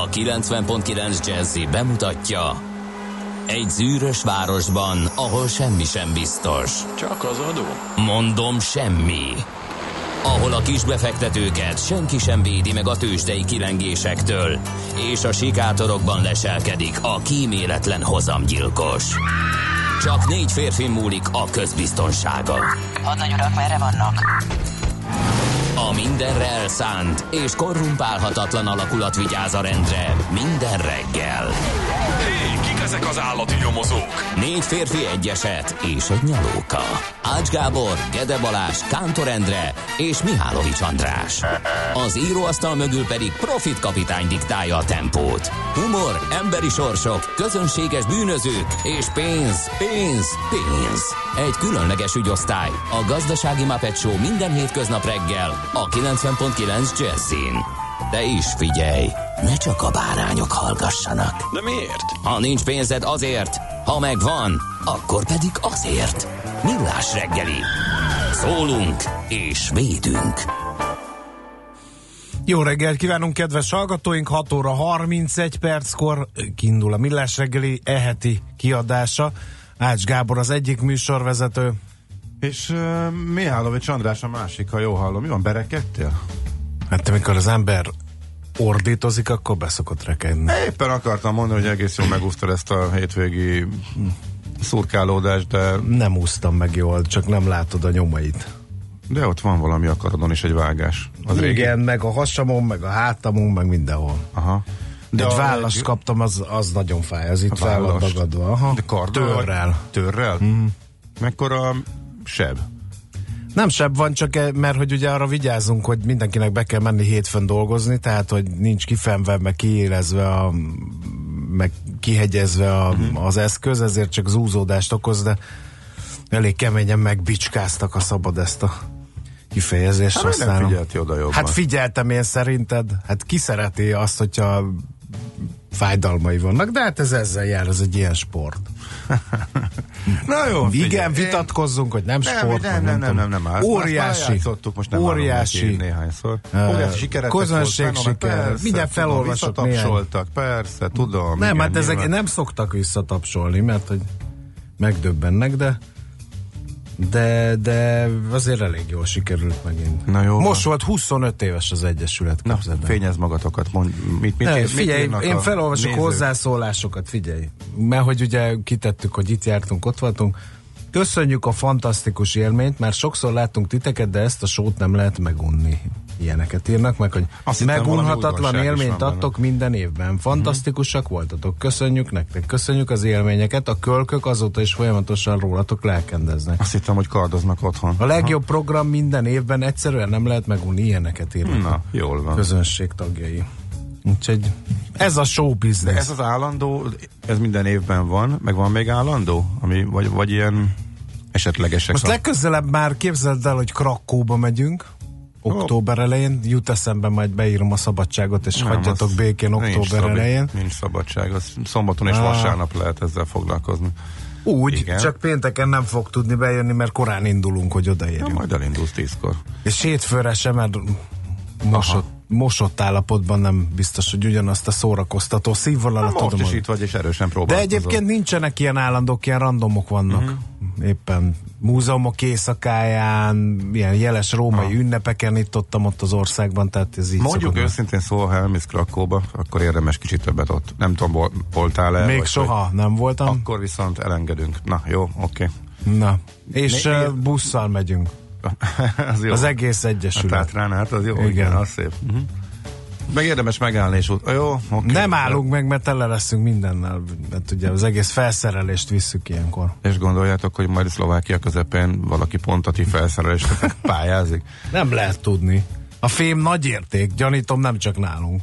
A 90.9 Jazzy bemutatja: egy zűrös városban, ahol semmi sem biztos. Csak az adó? Mondom, semmi. Ahol a kisbefektetőket senki sem védi meg a tőzsdei kilengésektől, és a sikátorokban leselkedik a kíméletlen hozamgyilkos. Csak 4 férfi múlik a közbiztonsága. Hadnagy urak, merre vannak? A mindenre elszánt és korrumpálhatatlan alakulat vigyáz a rendre minden reggel. Hé, kik ezek az állati nyomozók? 4 férfi, egy eset és egy nyalóka. Ács Gábor, Gede Balázs, Kántor Endre és Mihálovics András. Az íróasztal mögül pedig Profit kapitány diktálja a tempót. Humor, emberi sorsok, közönséges bűnözők és pénz, pénz, pénz. Egy különleges ügyosztály, a Gazdasági Muppet Show minden hétköznap reggel a 90.9 Jazzin. De is figyelj, ne csak a bárányok hallgassanak. De miért? Ha nincs pénzed, azért, ha megvan, akkor pedig azért. Millás reggeli. Szólunk és védünk. Jó reggelt kívánunk, kedves hallgatóink! 6 óra 31 perckor kiindul a Millás reggeli eheti kiadása. Ács Gábor az egyik műsorvezető. És Mihálovics András a másik, ha jól hallom. Mi van, berekedtél? Hát amikor az ember ordítozik, akkor beszokott rekedni. Éppen akartam mondani, hogy egész jól megúsztad ezt a hétvégi szurkálódást, de... Nem úsztam meg jól, csak nem látod a nyomait. De ott van valami akarodon is egy vágás. Az igen, meg a hasamon, meg a hátamon, meg mindenhol. Aha. De egy vállast kaptam, az nagyon fáj, az itt fel van dagadva. Aha. De karddal? Törrel. Törrel? Mekkora seb? Nem seb van, csak mert hogy ugye arra vigyázunk, hogy mindenkinek be kell menni hétfőn dolgozni, tehát hogy nincs kifenve, meg kiélezve, meg kihegyezve az eszköz, ezért csak zúzódást okoz, de elég keményen megbicskáztak, ha szabad ezt a kifejezést használni. Nem figyelti oda jobban. Hát figyeltem én, szerinted. Hát ki szereti azt, hogyha fájdalmai vannak, de hát ez ezzel jár, ez egy ilyen sport. Na jó, igen, vitatkozzunk, hogy nem sport. Nem. Óriási. Most nem óriási. Néhányszor. Óriási sikeretek közönség siker. Mindjárt felolvasok néhány. Visszatapsoltak, persze, tudom. Nem, igen, hát ezek nem szoktak visszatapsolni, mert hogy megdöbbennek, de azért elég jól sikerült megint. Na jó, most volt 25 éves az Egyesület. Na, fényezd magatokat. Figyelj, én felolvasok hozzászólásokat, figyelj. Mert hogy ugye kitettük, hogy itt jártunk, ott voltunk. Köszönjük a fantasztikus élményt, mert sokszor láttunk titeket, de ezt a sót nem lehet megunni. Ilyeneket írnak meg, hogy megunhatatlan élményt adtok minden évben. Fantasztikusak voltatok. Köszönjük nektek. Köszönjük az élményeket. A kölkök azóta is folyamatosan rólatok lelkendeznek. Azt hittem, hogy kardoznak otthon. A legjobb program minden évben, egyszerűen nem lehet megunni. Ilyeneket írnak. Na, jól van. Közönség tagjai. Úgyhogy ez a show business. De ez az állandó, ez minden évben van, meg van még állandó? Ami, vagy ilyen esetlegesek. Most legközelebb már képzeld el, hogy Krakóba megyünk. Október elején, jut eszembe, majd beírom a szabadságot, és hagyjatok békén október elején. Nincs szabadság, az szombaton és vasárnap lehet ezzel foglalkozni. Úgy, igen. Csak pénteken nem fog tudni bejönni, mert korán indulunk, hogy odaérjünk. Majd elindulsz 10-kor. És hétfőre sem, mert mosott állapotban nem biztos, hogy ugyanazt a szórakoztató színvonalat tudom. Most is itt vagy, és erősen próbálkozol. De egyébként nincsenek ilyen állandók, ilyen randomok vannak. Éppen múzeumok éjszakáján, ilyen jeles római ünnepeken itt-ott az országban, tehát ez így mondjuk őszintén szól, ha elmész Krakóba, akkor érdemes kicsit többet ott. Nem tudom, voltál-e? Még soha nem voltam. Akkor viszont elengedünk. Na, jó, oké. Na, és busszal megyünk. Az egész Egyesület. A Tátrán, hát az jó, igen, az szép. Meg érdemes megállni, és jó, okay. Nem állunk meg, mert tele leszünk mindennel. Hát ugye az egész felszerelést visszük ilyenkor. És gondoljátok, hogy majd Szlovákia közepén valaki pontatí felszerelést pályázik? Nem lehet tudni. A fém nagy érték, gyanítom, nem csak nálunk.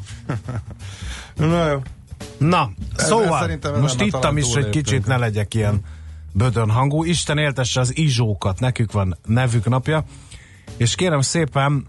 Na jó. Na, szóval, most ittam is, hogy kicsit ne legyek ilyen bödön hangú. Isten éltesse az izsókat, nekük van nevük napja. És kérem szépen,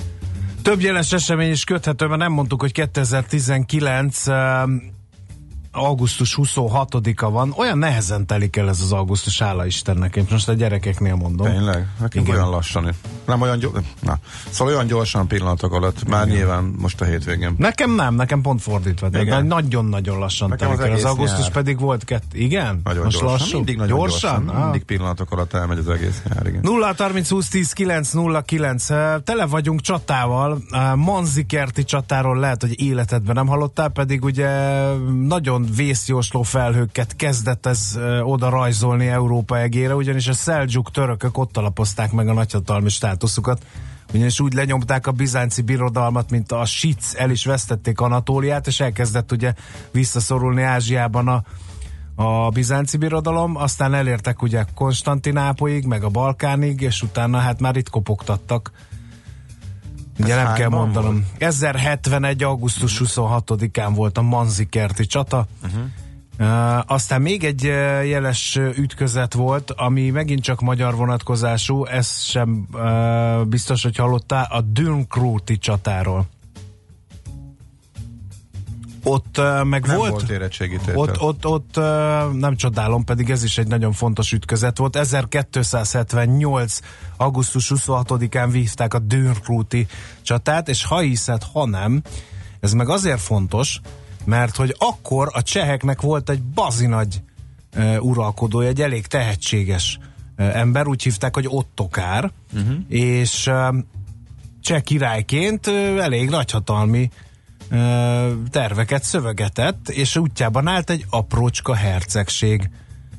több jeles esemény is köthető, mert nem mondtuk, hogy 2019 augusztus 26-a van, olyan nehezen telik el ez az augusztus, hála Istennek, én most a gyerekeknél mondom. Tényleg? Nekünk olyan lassan. Nem olyan Szóval olyan gyorsan pillanatok alatt, már nyilván most a hétvégén. Nekem pont fordítva, de nagyon-nagyon lassan telik el. Az augusztus nyár. Pedig volt igen? Nagyon most gyorsan. Lassú? Mindig nagyon gyorsan. Mindig pillanatok alatt elmegy az egész nyár, igen. 0-30-20-10-9-09. Tele vagyunk csatával. Manzikerti csatáról lehet, hogy életedben nem hallottál, pedig ugye nagyon vészjósló felhőket kezdett ez oda rajzolni Európa egére, ugyanis a szeldzsuk törökök ott alapozták meg a nagyhatalmi státuszukat, ugyanis úgy lenyomták a bizánci birodalmat, mint a Sic, el is vesztették Anatóliát, és elkezdett ugye visszaszorulni Ázsiában a bizánci birodalom, aztán elértek ugye Konstantinápolyig, meg a Balkánig, és utána hát már itt kopogtattak. Ugye nem kell mondanom. Volt? 1071. augusztus 26-án volt a Manzikerti csata. Aztán még egy jeles ütközet volt, ami megint csak magyar vonatkozású, ez sem biztos, hogy hallottál, a Dürnkruti csatáról. Ott meg nem volt érettségítétel. Ott nem csodálom, pedig ez is egy nagyon fontos ütközet volt. 1278. augusztus 26-án vívták a Dürnkruti csatát, és ha hiszed, ha nem, ez meg azért fontos, mert hogy akkor a cseheknek volt egy bazinagy uralkodója, egy elég tehetséges ember, úgy hívták, hogy Ottokár, és cseh királyként elég nagyhatalmi terveket szövegetett, és útjában állt egy aprócska hercegség,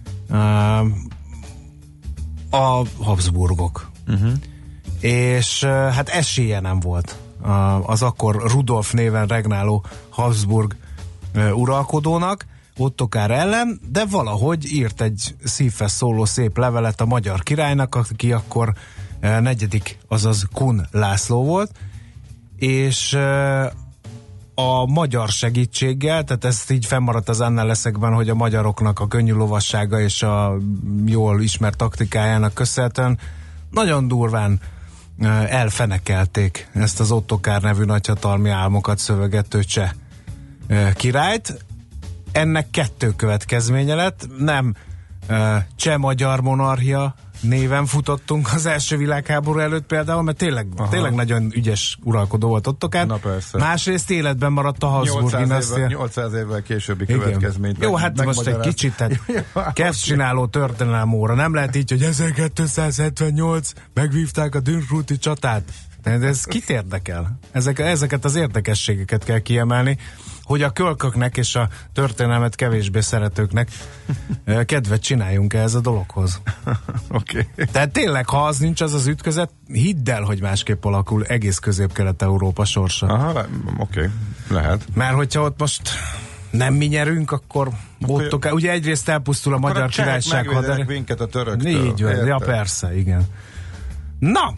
a Habsburgok. És hát esélye nem volt az akkor Rudolf néven regnáló Habsburg uralkodónak Ottokár ellen, de valahogy írt egy szívhez szóló szép levelet a magyar királynak, aki akkor negyedik, azaz Kun László volt, és a magyar segítséggel, tehát ezt így fennmaradt az annáleszekben, hogy a magyaroknak a könnyű lovassága és a jól ismert taktikájának köszönhetően nagyon durván elfenekelték ezt az Ottokár nevű nagyhatalmi álmokat szövegető cseh királyt. Ennek kettő következménye lett, nem cseh-magyar monarchia néven futottunk az első világháború előtt például, mert tényleg nagyon ügyes uralkodó volt Ottokár. Másrészt életben maradt a Habsburg dinasztia. 800 évvel későbbi következményt. Jó, hát most egy kicsit, tehát kezdcsináló történelem óra. Nem lehet így, hogy 1278 megvívták a Dürnkruti csatát. De ez kit érdekel? Ezeket az érdekességeket kell kiemelni, hogy a kölköknek és a történelmet kevésbé szeretőknek kedvet csináljunk ehhez a dologhoz. Okay. Tehát tényleg, ha az nincs, az az ütközet, hidd el, hogy másképp alakul egész Közép-Kelet-Európa sorsa. Aha, oké, lehet. Mert hogyha ott most nem mi nyerünk, akkor Ottokár, ugye egyrészt elpusztul a magyar királyság. Megvédenek minket a töröktől. Így van, ja persze, igen. Na,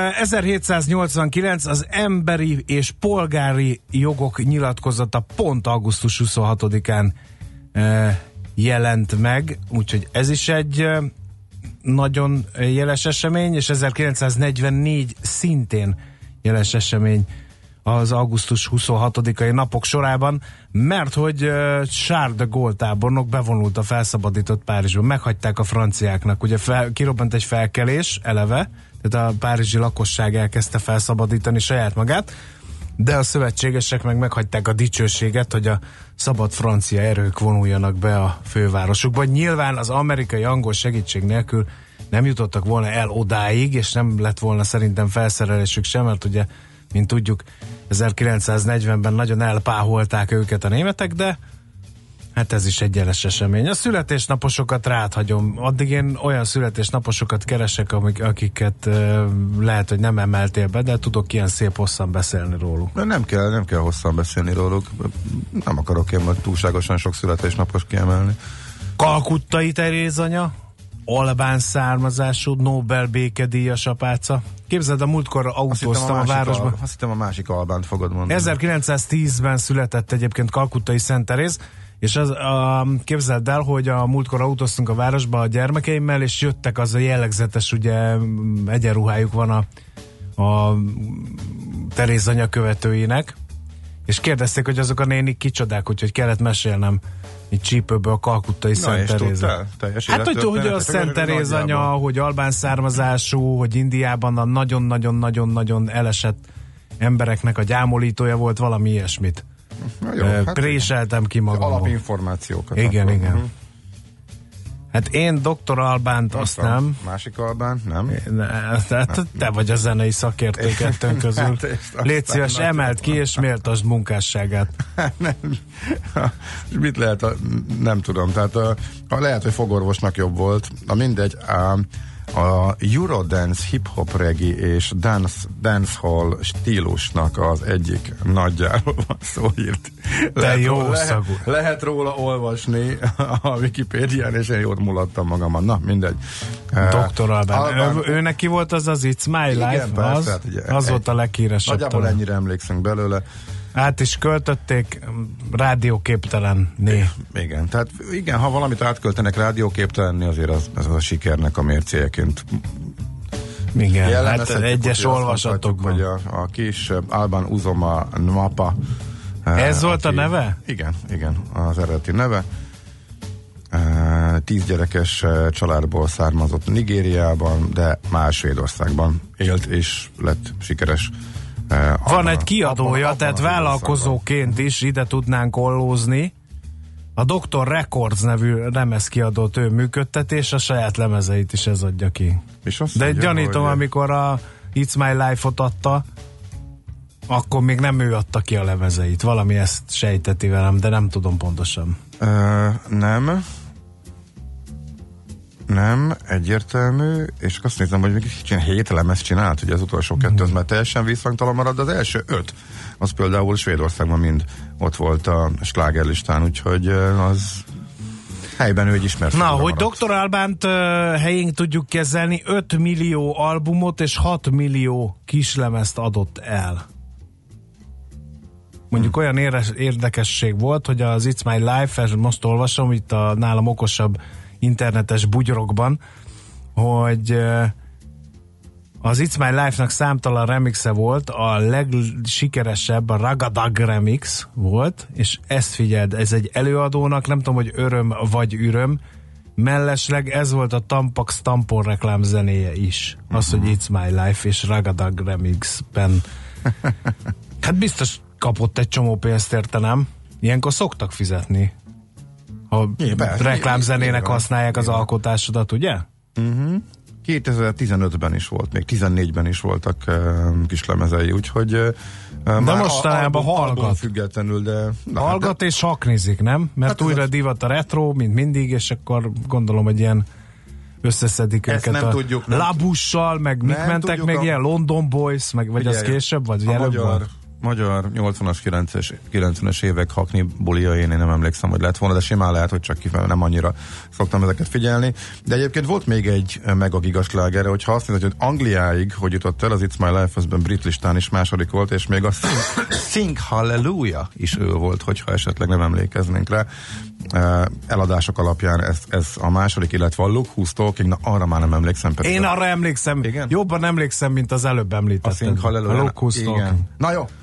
1789 az emberi és polgári jogok nyilatkozata pont augusztus 26-án jelent meg, úgyhogy ez is egy nagyon jeles esemény, és 1944 szintén jeles esemény az augusztus 26-ai napok sorában, mert hogy Charles de Gaulle tábornok bevonult a felszabadított Párizsba, meghagyták a franciáknak, ugye kirobbant egy felkelés eleve, tehát a párizsi lakosság elkezdte felszabadítani saját magát, de a szövetségesek meg meghagyták a dicsőséget, hogy a szabad francia erők vonuljanak be a fővárosukba. Nyilván az amerikai-angol segítség nélkül nem jutottak volna el odáig, és nem lett volna szerintem felszerelésük sem, mert ugye, mint tudjuk, 1940-ben nagyon elpáholták őket a németek, de hát ez is egy jeles esemény. A születésnaposokat rád hagyom. Addig én olyan születésnaposokat keresek, akiket lehet, hogy nem emeltél be, de tudok ilyen szép hosszan beszélni róluk. Nem kell hosszan beszélni róluk. Nem akarok én túlságosan sok születésnapos kiemelni. Kalkuttai Teréz anya, albán származású, Nobel békedíjas apáca. Képzeld, a múltkor autóztam a városba. Azt hittem a másik albánt fogod mondani. 1910-ben született egyébként Kalkuttai Szent Teréz, és képzeld el, hogy a múltkor autóztunk a városba a gyermekeimmel, és jöttek az a jellegzetes, ugye egyenruhájuk van a Teréz anya követőinek, És kérdezték, hogy azok a nénik kicsodák, úgyhogy kellett mesélnem így csípőből a kalkuttai Szent Teréza. Hát, hogy a Szent Teréz anya, hogy albán származású, hogy Indiában a nagyon-nagyon-nagyon-nagyon elesett embereknek a gyámolítója volt, valami ilyesmit. Préseltem ki magam. Alapinformációkat. Igen. Hát én Dr. Albánt azt nem. Másik Albán, nem? Te vagy a zenei szakértő kettőnk közül. Légy szíves, emeld ki és méltasd munkásságát. Mit lehet, nem tudom. Tehát lehet, hogy fogorvosnak jobb volt. Mindegy. A Eurodance, hip-hop reggae és dancehall stílusnak az egyik nagyjáról van szó, írt. Lehet róla olvasni a Wikipédián, és én jót mulattam magamon. Na, mindegy. Dr. Albán. Ő neki volt az It's My Life? Igen, persze, az volt a leghíresebb. Nagyjából ennyire emlékszünk belőle. Át is költötték rádióképtelenné. Igen, tehát igen, ha valamit átköltenek rádióképtelenné, azért ez a sikernek a mércéjeként. Igen, hát egyes olvasatokban. Hogy a kis Albán Uzoma Nwapa. Ez volt a neve? Igen, az eredeti neve. 10 gyerekes családból származott Nigériában, de más Svédországban élt, és lett sikeres. Van egy kiadója, tehát vállalkozóként is ide tudnánk ollózni. A Dr. Records nevű lemezkiadót ő működtetés, a saját lemezeit is ez adja ki. De gyanítom, amikor a It's My Life-ot adta, akkor még nem ő adta ki a lemezeit. Valami ezt sejteti velem, de nem tudom pontosan. Nem, egyértelmű, és azt nézem, hogy még 7 lemez csinált, hogy az utolsó 2 az már teljesen visszhangtalan marad, de az első 5, az például Svédországban mind ott volt a slágerlistán, úgyhogy az helyben ő egy ismert. Na, hogy Dr. Albánt helyén tudjuk kezelni, 5 millió albumot és 6 millió kislemezt adott el. Mondjuk olyan érdekesség volt, hogy az It's My Life, most olvasom itt a nálam okosabb internetes bugyrokban, hogy az It's My Life-nak számtalan remixe volt, a legsikeresebb a Ragadag remix volt, és ezt figyeld, ez egy előadónak, nem tudom, hogy öröm vagy üröm, mellesleg ez volt a Tampax tampon reklám zenéje is. Az, hogy It's My Life és Ragadag remixben. Hát biztos kapott egy csomó pénzt érte, nem? Ilyenkor szoktak fizetni, ha reklámzenének használják az alkotásodat, ugye? 2015-ben is volt, még 14-ben is voltak kislemezei, úgyhogy de mostanában hallgat. Függetlenül, de... Hallgat és haknizik, nem? Mert hát újra divat a retro, mint mindig, és akkor gondolom, hogy ilyen összeszedik őket nem a tudjuk, Labussal, meg mit mentek még ilyen London Boys, meg vagy az később, vagy előbb? Magyar 80-as, 90-es évek hakni bulia, én nem emlékszem, hogy lett volna, de simán lehet, hogy csak nem annyira szoktam ezeket figyelni. De egyébként volt még egy meg a gigasláger, hogyha azt mondod, hogy Angliáig, hogy jutott el, az It's My Life, azben brit listán is második volt, és még a Sing Hallelujah is ő volt, hogyha esetleg nem emlékeznénk rá. Eladások alapján ez a második, illetve a Look Who's Talking, na arra már nem emlékszem. Én arra emlékszem, igen? Jobban emlékszem, mint az előbb említettem. A Sing Hallelujah. A Look Who's Talking. Na jó.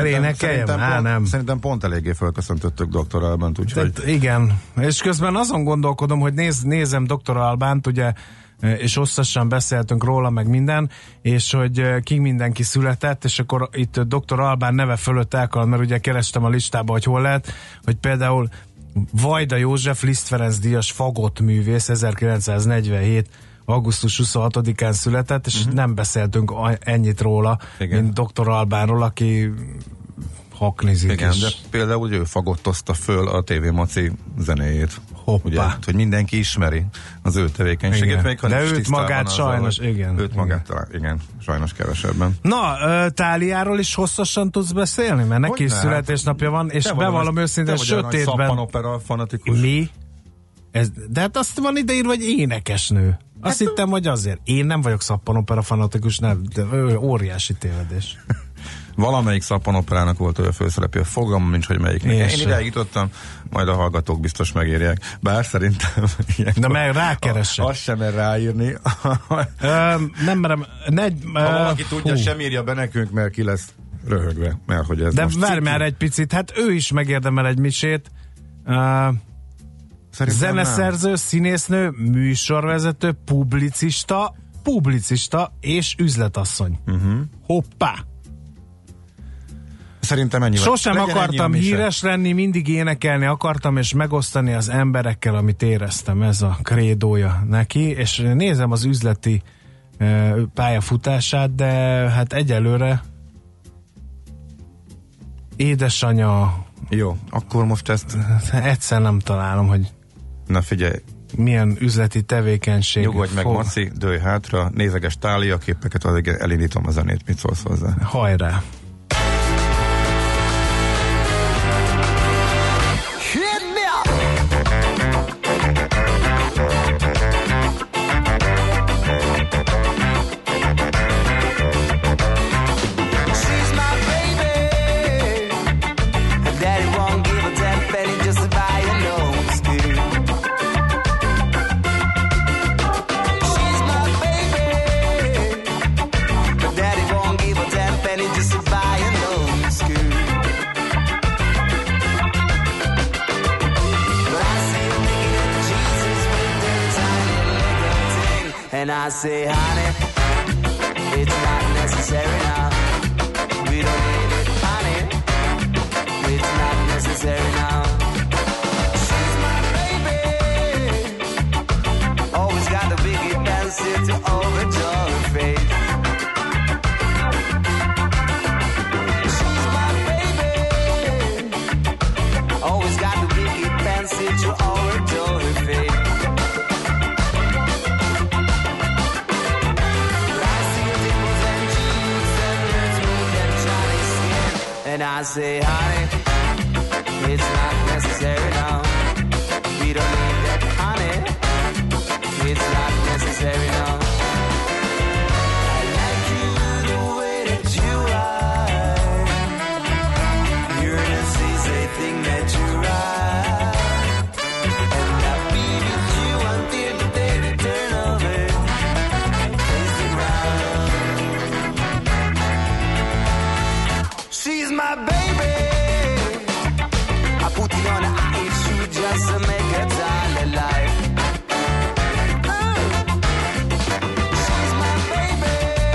Szerintem pont eléggé felköszöntöttük Dr. Albánt, úgyhogy... Igen, és közben azon gondolkodom, hogy nézem Dr. Albánt, ugye, és hosszasan beszéltünk róla, meg minden, és hogy ki mindenki született, és akkor itt Dr. Albán neve fölött elkalad, mert ugye kerestem a listába, hogy hol lehet, hogy például Vajda József Liszt Ferenc díjas fagottművész 1947 augusztus 26-án született, és nem beszéltünk ennyit róla, igen, mint Dr. Albánról, aki haknizik. Igen, de például ő fagottozta föl a TV Maci zenéjét. Hoppá. Ugye, hogy mindenki ismeri az ő tevékenységét. Még, de őt magát sajnos, igen, sajnos kevesebben. Na, Táliáról is hosszasan tudsz beszélni, mert neki is születésnapja van, és bevallom őszintén, sötétben... Szappanopera fanatikus. Mi? De hát azt van ideírva, hogy énekesnő. Azt hittem, hogy azért. Én nem vagyok szappanopera fanatikus, nem, de óriási tévedés. Valamelyik szappanoperának volt olyan főszereplő, fogalmam nincs, hogy melyiknek. Én ideig jutottam, majd a hallgatók biztos megírják. Bár szerintem... De meg rákeresek. Azt sem mer ráírni. Nem merem... Ha valaki tudja, sem írja be nekünk, mert ki lesz röhögve, mert hogy ez de most várj már egy picit, hát ő is megérdemel egy misét. Zeneszerző, színésznő, műsorvezető, publicista és üzletasszony. Hoppá! Szerintem ennyi. Sosem akartam híres lenni, mindig énekelni akartam, és megosztani az emberekkel, amit éreztem. Ez a krédója neki, és nézem az üzleti pályafutását, de hát egyelőre édesanya. Jó, akkor most ezt egyszer nem találom, hogy na figyelj, milyen üzleti tevékenység. Nyugodj meg, Marci, dőj hátra, nézeges tália képeket, addig elindítom a zenét, mit szólsz hozzá? Hajrá! And I say, honey, it's not necessary now. We don't need it, honey. It's not necessary now. She's my baby. Always got the biggie fancy to overjoy her face. She's my baby. Always got the biggie fancy to overjoy her face. And I say, honey, it's not necessary now. We don't need that, honey. It's not necessary now. I like you the way that you are. Your innocence is a thing that you are. And I'll be with you until the day we turn over. Face the ground. She's my baby. I put it on the ice shoe just to make her time alive. She's my baby.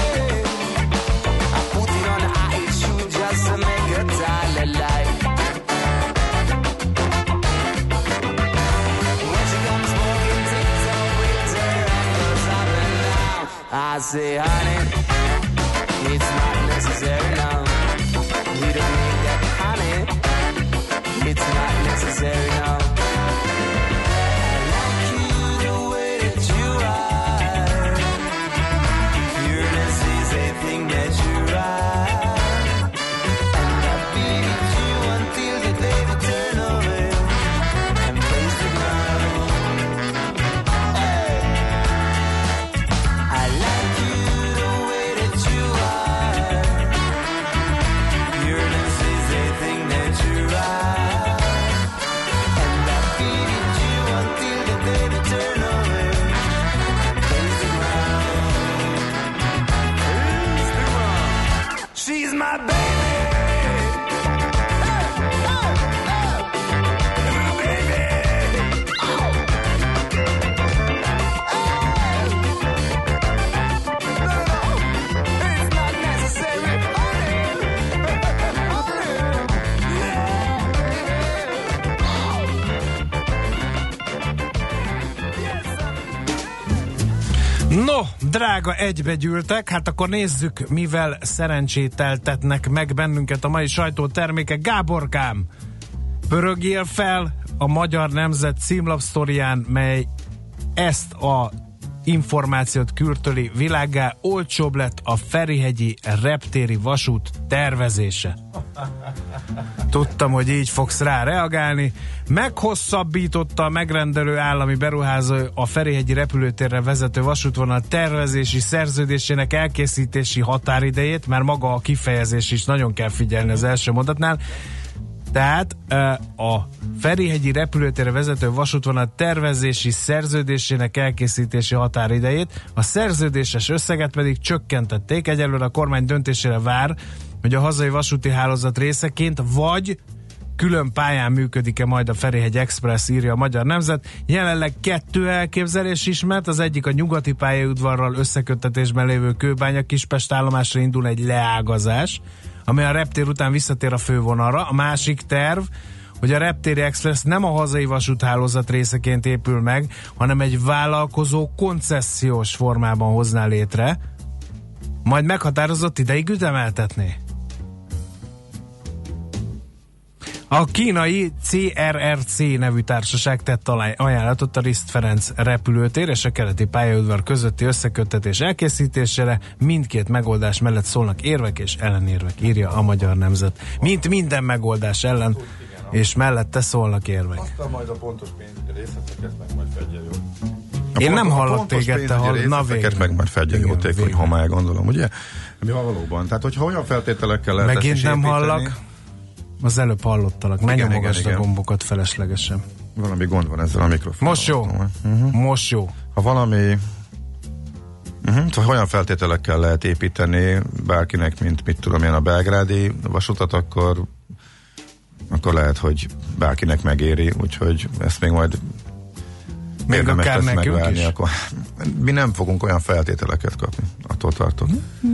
I put it on the ice shoe just to make her time alive. When she comes walking tiptoe with her ankles up and down, I say, honey, it's not necessary now. We don't need that, honey. It's not necessary now. I like you the way that you are. Pureness is a thing that you are. And I'll be with you until the day we turn over and face the ground. Hey. I like you the way that you are. Pureness is a thing that you are. And I'll be with you until the day we turn over and face the ground. Face the ground. She's my baby. No, drága egybegyűltek, hát akkor nézzük, mivel szerencsételtetnek meg bennünket a mai sajtótermékek. Gáborkám, pörögjél fel a Magyar Nemzet címlapsztorián, mely ezt a információt kürtöli világgá: olcsóbb lett a Ferihegyi reptéri vasút tervezése. Tudtam, hogy így fogsz rá reagálni. Meghosszabbította a megrendelő állami beruházó a Ferihegyi repülőtérre vezető vasútvonal tervezési szerződésének elkészítési határidejét, mert maga a kifejezés is nagyon kell figyelni az első mondatnál. Tehát a Ferihegyi repülőtérre vezető vasútvonal tervezési szerződésének elkészítési határidejét, a szerződéses összeget pedig csökkentették. Egyelőre a kormány döntésére vár, hogy a hazai vasúti hálózat részeként, vagy külön pályán működik-e majd a Ferihegy Express, írja a Magyar Nemzet. Jelenleg 2 elképzelés ismert, az egyik a nyugati pályaudvarral összeköttetésben lévő Kőbánya-Kispest állomásra indul egy leágazás, amely a reptér után visszatér a fővonalra. A másik terv, hogy a Reptéri Express nem a hazai vasúthálózat részeként épül meg, hanem egy vállalkozó koncesziós formában hozná létre, majd meghatározott ideig üzemeltetné. A kínai CRRC nevű társaság tett ajánlatot a Riszt Ferenc repülőtér és a keleti pályaudvar közötti összeköttetés elkészítésére. Mindkét megoldás mellett szólnak érvek és ellenérvek, írja a Magyar Nemzet. Mint minden megoldás ellen, és mellette szólnak érvek. Aztán majd a pontos pénzügyi részleteket meg majd fedje jó. Én nem hallok téged, te hallod. Na végül. Meg majd fedje jótékony homály, gondolom, ugye? Mi van valóban? Tehát, hogyha olyan feltételekkel lehet megint nem hallak. Az előbb hallottalak. Ne nyomogasd a gombokat feleslegesen. Valami gond van ezzel a mikrofonnal. Most jó. Most jó. Ha valami szóval olyan feltételekkel lehet építeni bárkinek, mint mit tudom én a belgrádi vasutat, akkor lehet, hogy bárkinek megéri, úgyhogy ezt még majd érdemes lesz megvárni. Akkor mi nem fogunk olyan feltételeket kapni. Attól tartok.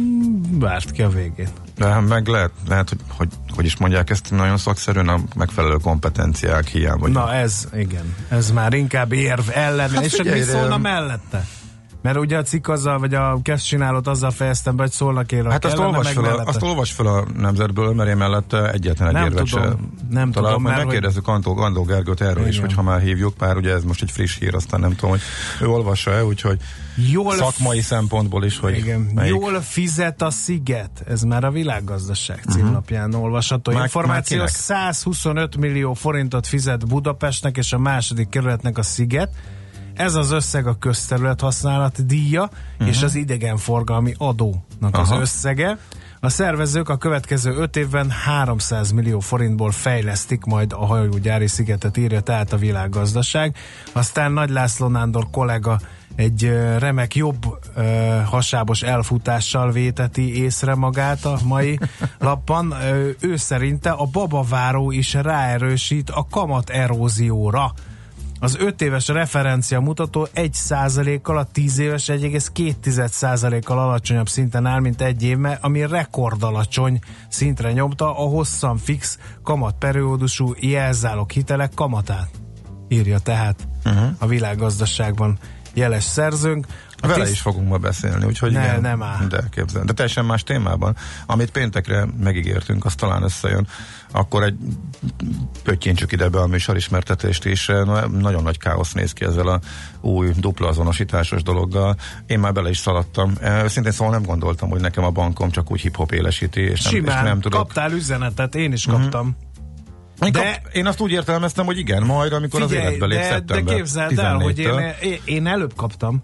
Várt ki a végén. De meg lehet hogy is mondják ezt nagyon szakszerűen, a megfelelő kompetenciák hiány. Na ez, igen. Ez már inkább érv ellen. Hát és mi szólna mellette? Mert ugye a cikk azzal, vagy a kezdcsinálót azzal fejeztem be, hogy szólnak érvek. Hát azt olvasd fel a Nemzetből, mert én mellette egyetlen egy érvet sem. Nem tudom, mert megkérdezzük Andó Gergőt erről is, hogy ha már hívjuk, már ugye ez most egy friss hír, aztán nem tudom, hogy ő olvassa-e, úgyhogy szakmai szempontból is, hogy jól fizet a Sziget. Ez már a Világgazdaság címlapján olvasható információ. 125 millió forintot fizet Budapestnek és a második kerületnek a Sziget. Ez az összeg a közterület használati díja és az idegenforgalmi adónak az összege. A szervezők a következő 5 évben 300 millió forintból fejlesztik majd a hajógyári szigetet, írja tehát a Világgazdaság. Aztán Nagy László Nándor kollega egy remek jobb hasábos elfutással véteti észre magát a mai lapban. Ő szerinte a babaváró is ráerősít a kamat erózióra. Az 5 éves referencia mutató 1%-kal, a 10 éves 1,2%-kal alacsonyabb szinten áll, mint egy évben, ami rekordalacsony szintre nyomta a hosszan fix kamatperiódusú jelzálog hitelek kamatát. Írja tehát a Világgazdaságban jeles szerzőnk. Vele is fogunk ma beszélni, úgyhogy nem áll. De képzelni. De teljesen más témában, amit péntekre megígértünk, az talán összejön, akkor egy pöttyintsük ide be a műsorismertetést is. Nagyon nagy káosz néz ki ezzel a új dupla azonosításos dologgal. Én már bele is szaladtam. Szintén szóval nem gondoltam, hogy nekem a bankom csak úgy hip-hop élesíti, és nem tudok. Kaptál üzenetet, én is kaptam. Én azt úgy értelmeztem, hogy igen, majd amikor az életbe lép szeptember. De képzeld el, hogy én előbb kaptam.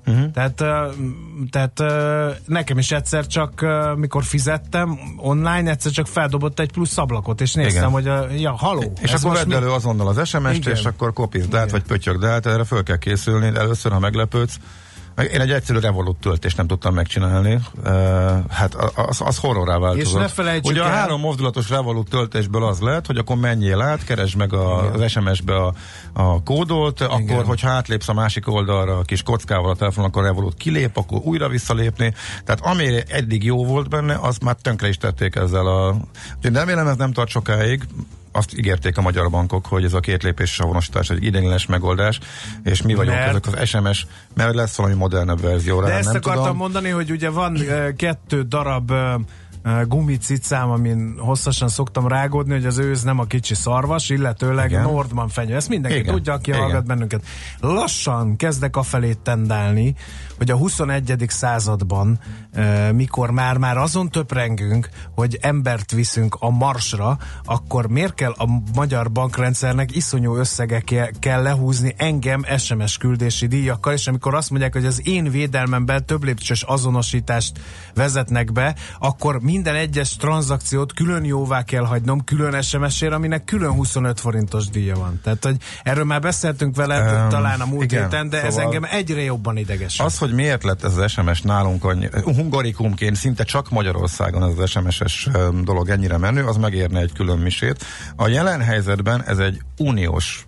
Tehát nekem is egyszer csak, mikor fizettem online, egyszer csak feldobott egy plusz ablakot, és néztem, hogy haló. És akkor vedd elő azonnal az SMS-t, és akkor kopizd át, vagy pöttyögd át, erre föl kell készülni, de először, ha meglepődsz. Én egy egyszerű Revolut töltést nem tudtam megcsinálni. Hát az horrorrá változott. És ne felejtsük ugye a 3 mozdulatos Revolut töltésből az lehet, hogy akkor menjél át, keresd meg az SMS-be a kódolt, akkor, hogyha átlépsz a másik oldalra a kis kockával a telefon, akkor Revolut kilép, akkor újra visszalépni. Tehát ami eddig jó volt benne, azt már tönkre is tették ezzel Úgyhogy remélem, ez nem tart sokáig. Azt ígérték a magyar bankok, hogy ez a 2 lépéses avonosítás egy ideiglenes megoldás, és mi vagyunk ezek az SMS, mert lesz valami modernebb verzió rá. De ezt akartam mondani, hogy ugye van 2 darab gumicicám, amin hosszasan szoktam rágódni, hogy az őz nem a kicsi szarvas, illetőleg Nordman fenyő. Ezt mindenki tudja, aki hallgat bennünket. Lassan kezdek afelé tendálni, hogy a 21. században, mikor már azon töprengünk, hogy embert viszünk a Marsra, akkor miért kell a magyar bankrendszernek iszonyú összegekkel lehúzni engem SMS küldési díjakkal, és amikor azt mondják, hogy az én védelmemben több lépcsős azonosítást vezetnek be, akkor mi minden egyes tranzakciót külön jóvá kell hagynom, külön SMS-ért, aminek külön 25 forintos díja van. Tehát, hogy erről már beszéltünk veled talán a múlt héten, de szóval ez engem egyre jobban ideges. Az, hogy miért lett ez az SMS nálunk hungarikumként szinte csak Magyarországon ez az SMS-es dolog ennyire menő, az megérne egy külön misét. A jelen helyzetben ez egy uniós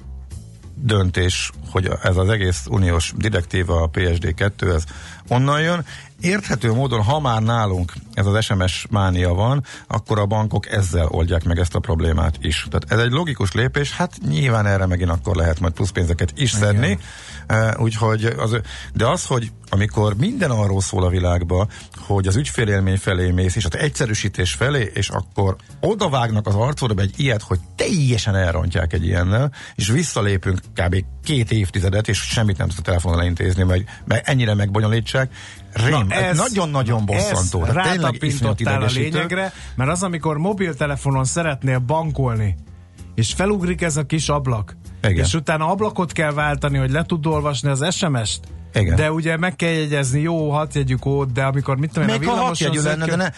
döntés, hogy ez az egész uniós direktíva, a PSD2, ez onnan jön. Érthető módon, ha már nálunk ez az SMS mánia van, akkor a bankok ezzel oldják meg ezt a problémát is. Tehát ez egy logikus lépés, hát nyilván erre megint akkor lehet majd pluszpénzeket is szedni, úgyhogy de az, hogy amikor minden arról szól a világban, hogy az ügyfélélmény felé mész, és az egyszerűsítés felé, és akkor odavágnak az arcodba egy ilyet, hogy teljesen elrontják egy ilyennel, és visszalépünk kb. 2 évtizedet, és semmit nem tudsz a telefonon intézni, meg ennyire megbonyolítsák. Ez nagyon-nagyon bosszantó. Rátapintottál a lényegre, mert az, amikor mobiltelefonon szeretnél bankolni, és felugrik ez a kis ablak, igen, és utána ablakot kell váltani, hogy le tud olvasni az SMS-t, igen, de ugye meg kell jegyezni, jó, 6 jegyű kód, de amikor mit tudom én, még a villamoson... Még ha 6 jegyű lenne,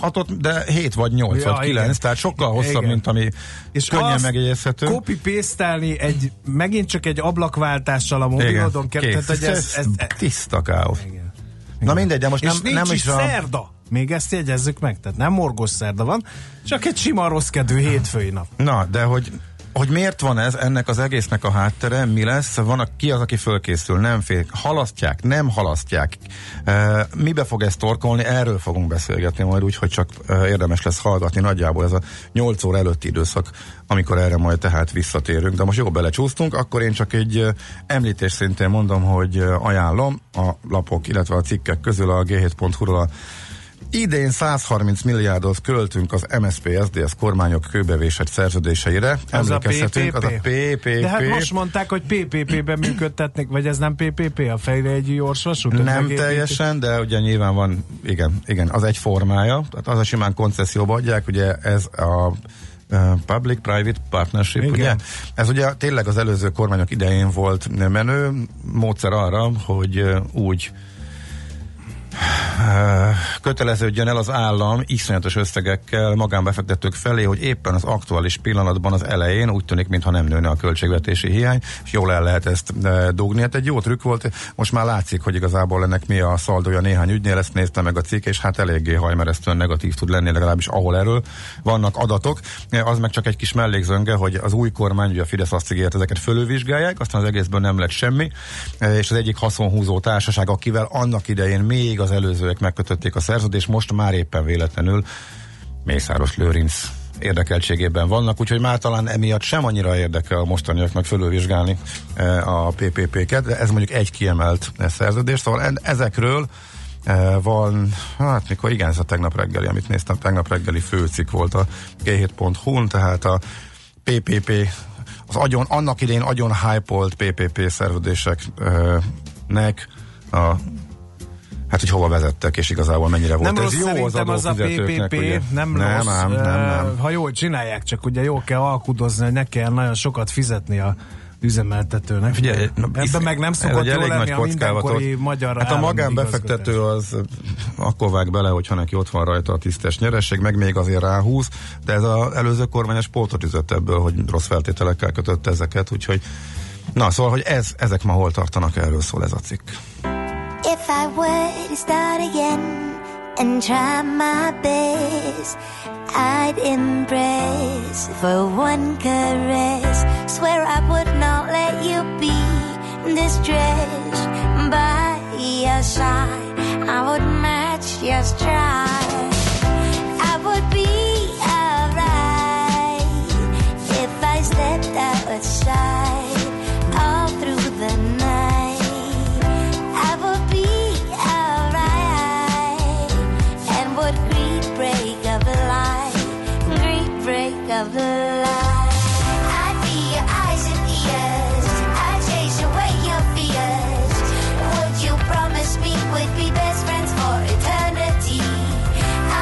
de 7 vagy 8 vagy 9, igen, tehát sokkal hosszabb, igen, mint ami és könnyen megjegyezhető. És copy-paste-elni megint csak egy ablakváltással a mobilodon kell, tehát hogy ez tiszta káosz. Na mindegy, de most és nincs is szerda. Még ezt jegyezzük meg, tehát nem morgos szerda van, csak egy sima rosszkedvű hétfői nap. Na, de hogy miért van ez, ennek az egésznek a háttere, mi lesz, ki az, aki fölkészül, nem fél, halasztják, nem halasztják, mibe fog ezt torkolni, erről fogunk beszélgetni majd úgy, hogy csak érdemes lesz hallgatni, nagyjából ez a 8 óra előtti időszak, amikor erre majd tehát visszatérünk, de most jó belecsúsztunk, akkor én csak egy említés szintén mondom, hogy ajánlom a lapok, illetve a cikkek közül a G7.hu-ról idén 130 milliárdot költünk az MSZP, SZDSZ kormányok kőbevésett szerződéseire. Emlékezhetünk, az a PPP. De hát most mondták, hogy PPP-ben működtetnek, vagy ez nem PPP, a fejlegyű gyorsvasút? Nem teljesen, de ugye nyilván van, igen, az egy formája, tehát az a simán koncesszióba adják, ugye ez a Public-Private Partnership, igen, ugye? Ez ugye tényleg az előző kormányok idején volt menő módszer arra, hogy úgy köteleződjön el az állam iszonyatos összegekkel magánbefektetők felé, hogy éppen az aktuális pillanatban az elején úgy tűnik, mintha nem nőne a költségvetési hiány, és jól el lehet ezt dugni. Hát egy jó trükk volt, most már látszik, hogy igazából ennek mi a szaldója néhány ügynél, ezt nézte meg a cikk, és hát eléggé hajmeresztően negatív tud lenni, legalábbis ahol erről vannak adatok. Az meg csak egy kis mellékzönge, hogy az új kormány, ugye a Fidesz azt ígért, ezeket fölülvizsgálják, aztán az egészből nem lett semmi, és az egyik haszonhúzó társaság, akivel annak idején még az előzőek megkötötték a szerződést, most már éppen véletlenül Mészáros Lőrinc érdekeltségében vannak, úgyhogy már talán emiatt sem annyira érdekel a mostaniaknak fölülvizsgálni a PPP-ket, de ez mondjuk egy kiemelt szerződés, szóval ezekről van, hát mikor igen, ez a tegnap reggeli, amit néztem, tegnap reggeli főcikk volt a G7.hu-n, tehát a PPP, az annak idején agyon hype-olt PPP szerződéseknek hát, hogy hova vezettek, és igazából mennyire volt nem ez rossz, jó az adófizetőknek. Ugye? Nem rossz. Nem. Ha jól csinálják, csak ugye jól kell alkudozni, hogy ne kell nagyon sokat fizetni a üzemeltetőnek. Figyelj, ebben meg nem szokott jól lenni a mindenkori magyar hát a magánbefektető az akkor vág bele, hogyha neki ott van rajta a tisztes nyeresség, meg még azért ráhúz, de ez az előző kormányos pótot üzött ebből, hogy rossz feltételekkel kötött ezeket, úgyhogy na, szóval, hogy ezek ma hol tartanak, erről szól ez a cikk. If I were to start again and try my best, I'd embrace for one caress. Swear I would not let you be distressed by your side. I would match your stride. I would be alright if I stepped outside all through the night. Of the light, I'd be your eyes and ears. I'd chase away your fears. Would you promise me we'd be best friends for eternity?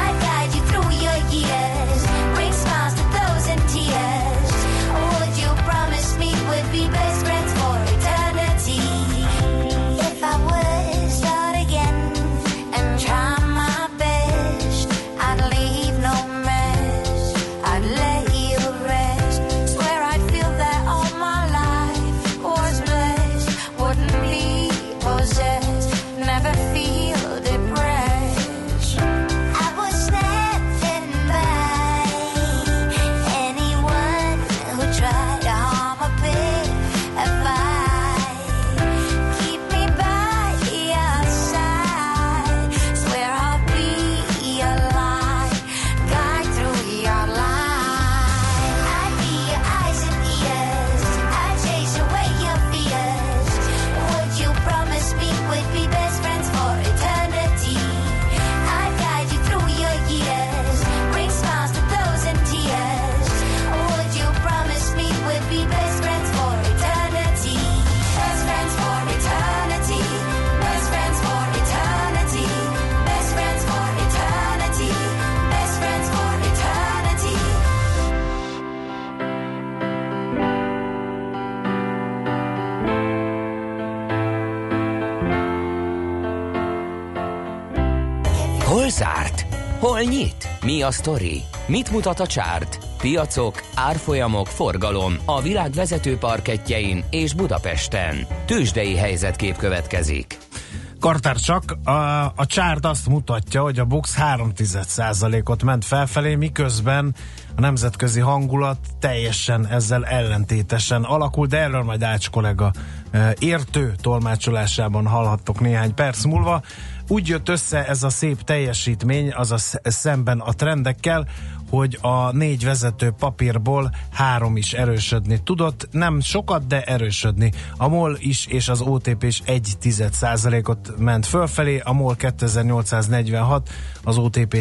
Hol nyit? Mi a sztori? Mit mutat a csárt? Piacok, árfolyamok, forgalom a világ vezető parkettjein és Budapesten. Tőzsdei helyzetkép következik. Kartár csak, a csárt azt mutatja, hogy a BUX 0,3%-ot ment felfelé, miközben a nemzetközi hangulat teljesen ezzel ellentétesen alakul, de erről majd Ács kollega értő tolmácsolásában hallhattok néhány perc múlva. Úgy jött össze ez a szép teljesítmény, azaz szemben a trendekkel, hogy a 4 vezető papírból 3 is erősödni tudott. Nem sokat, de erősödni. A MOL is és az OTP is 0,1%-ot ment fölfelé, a MOL 2846, az OTP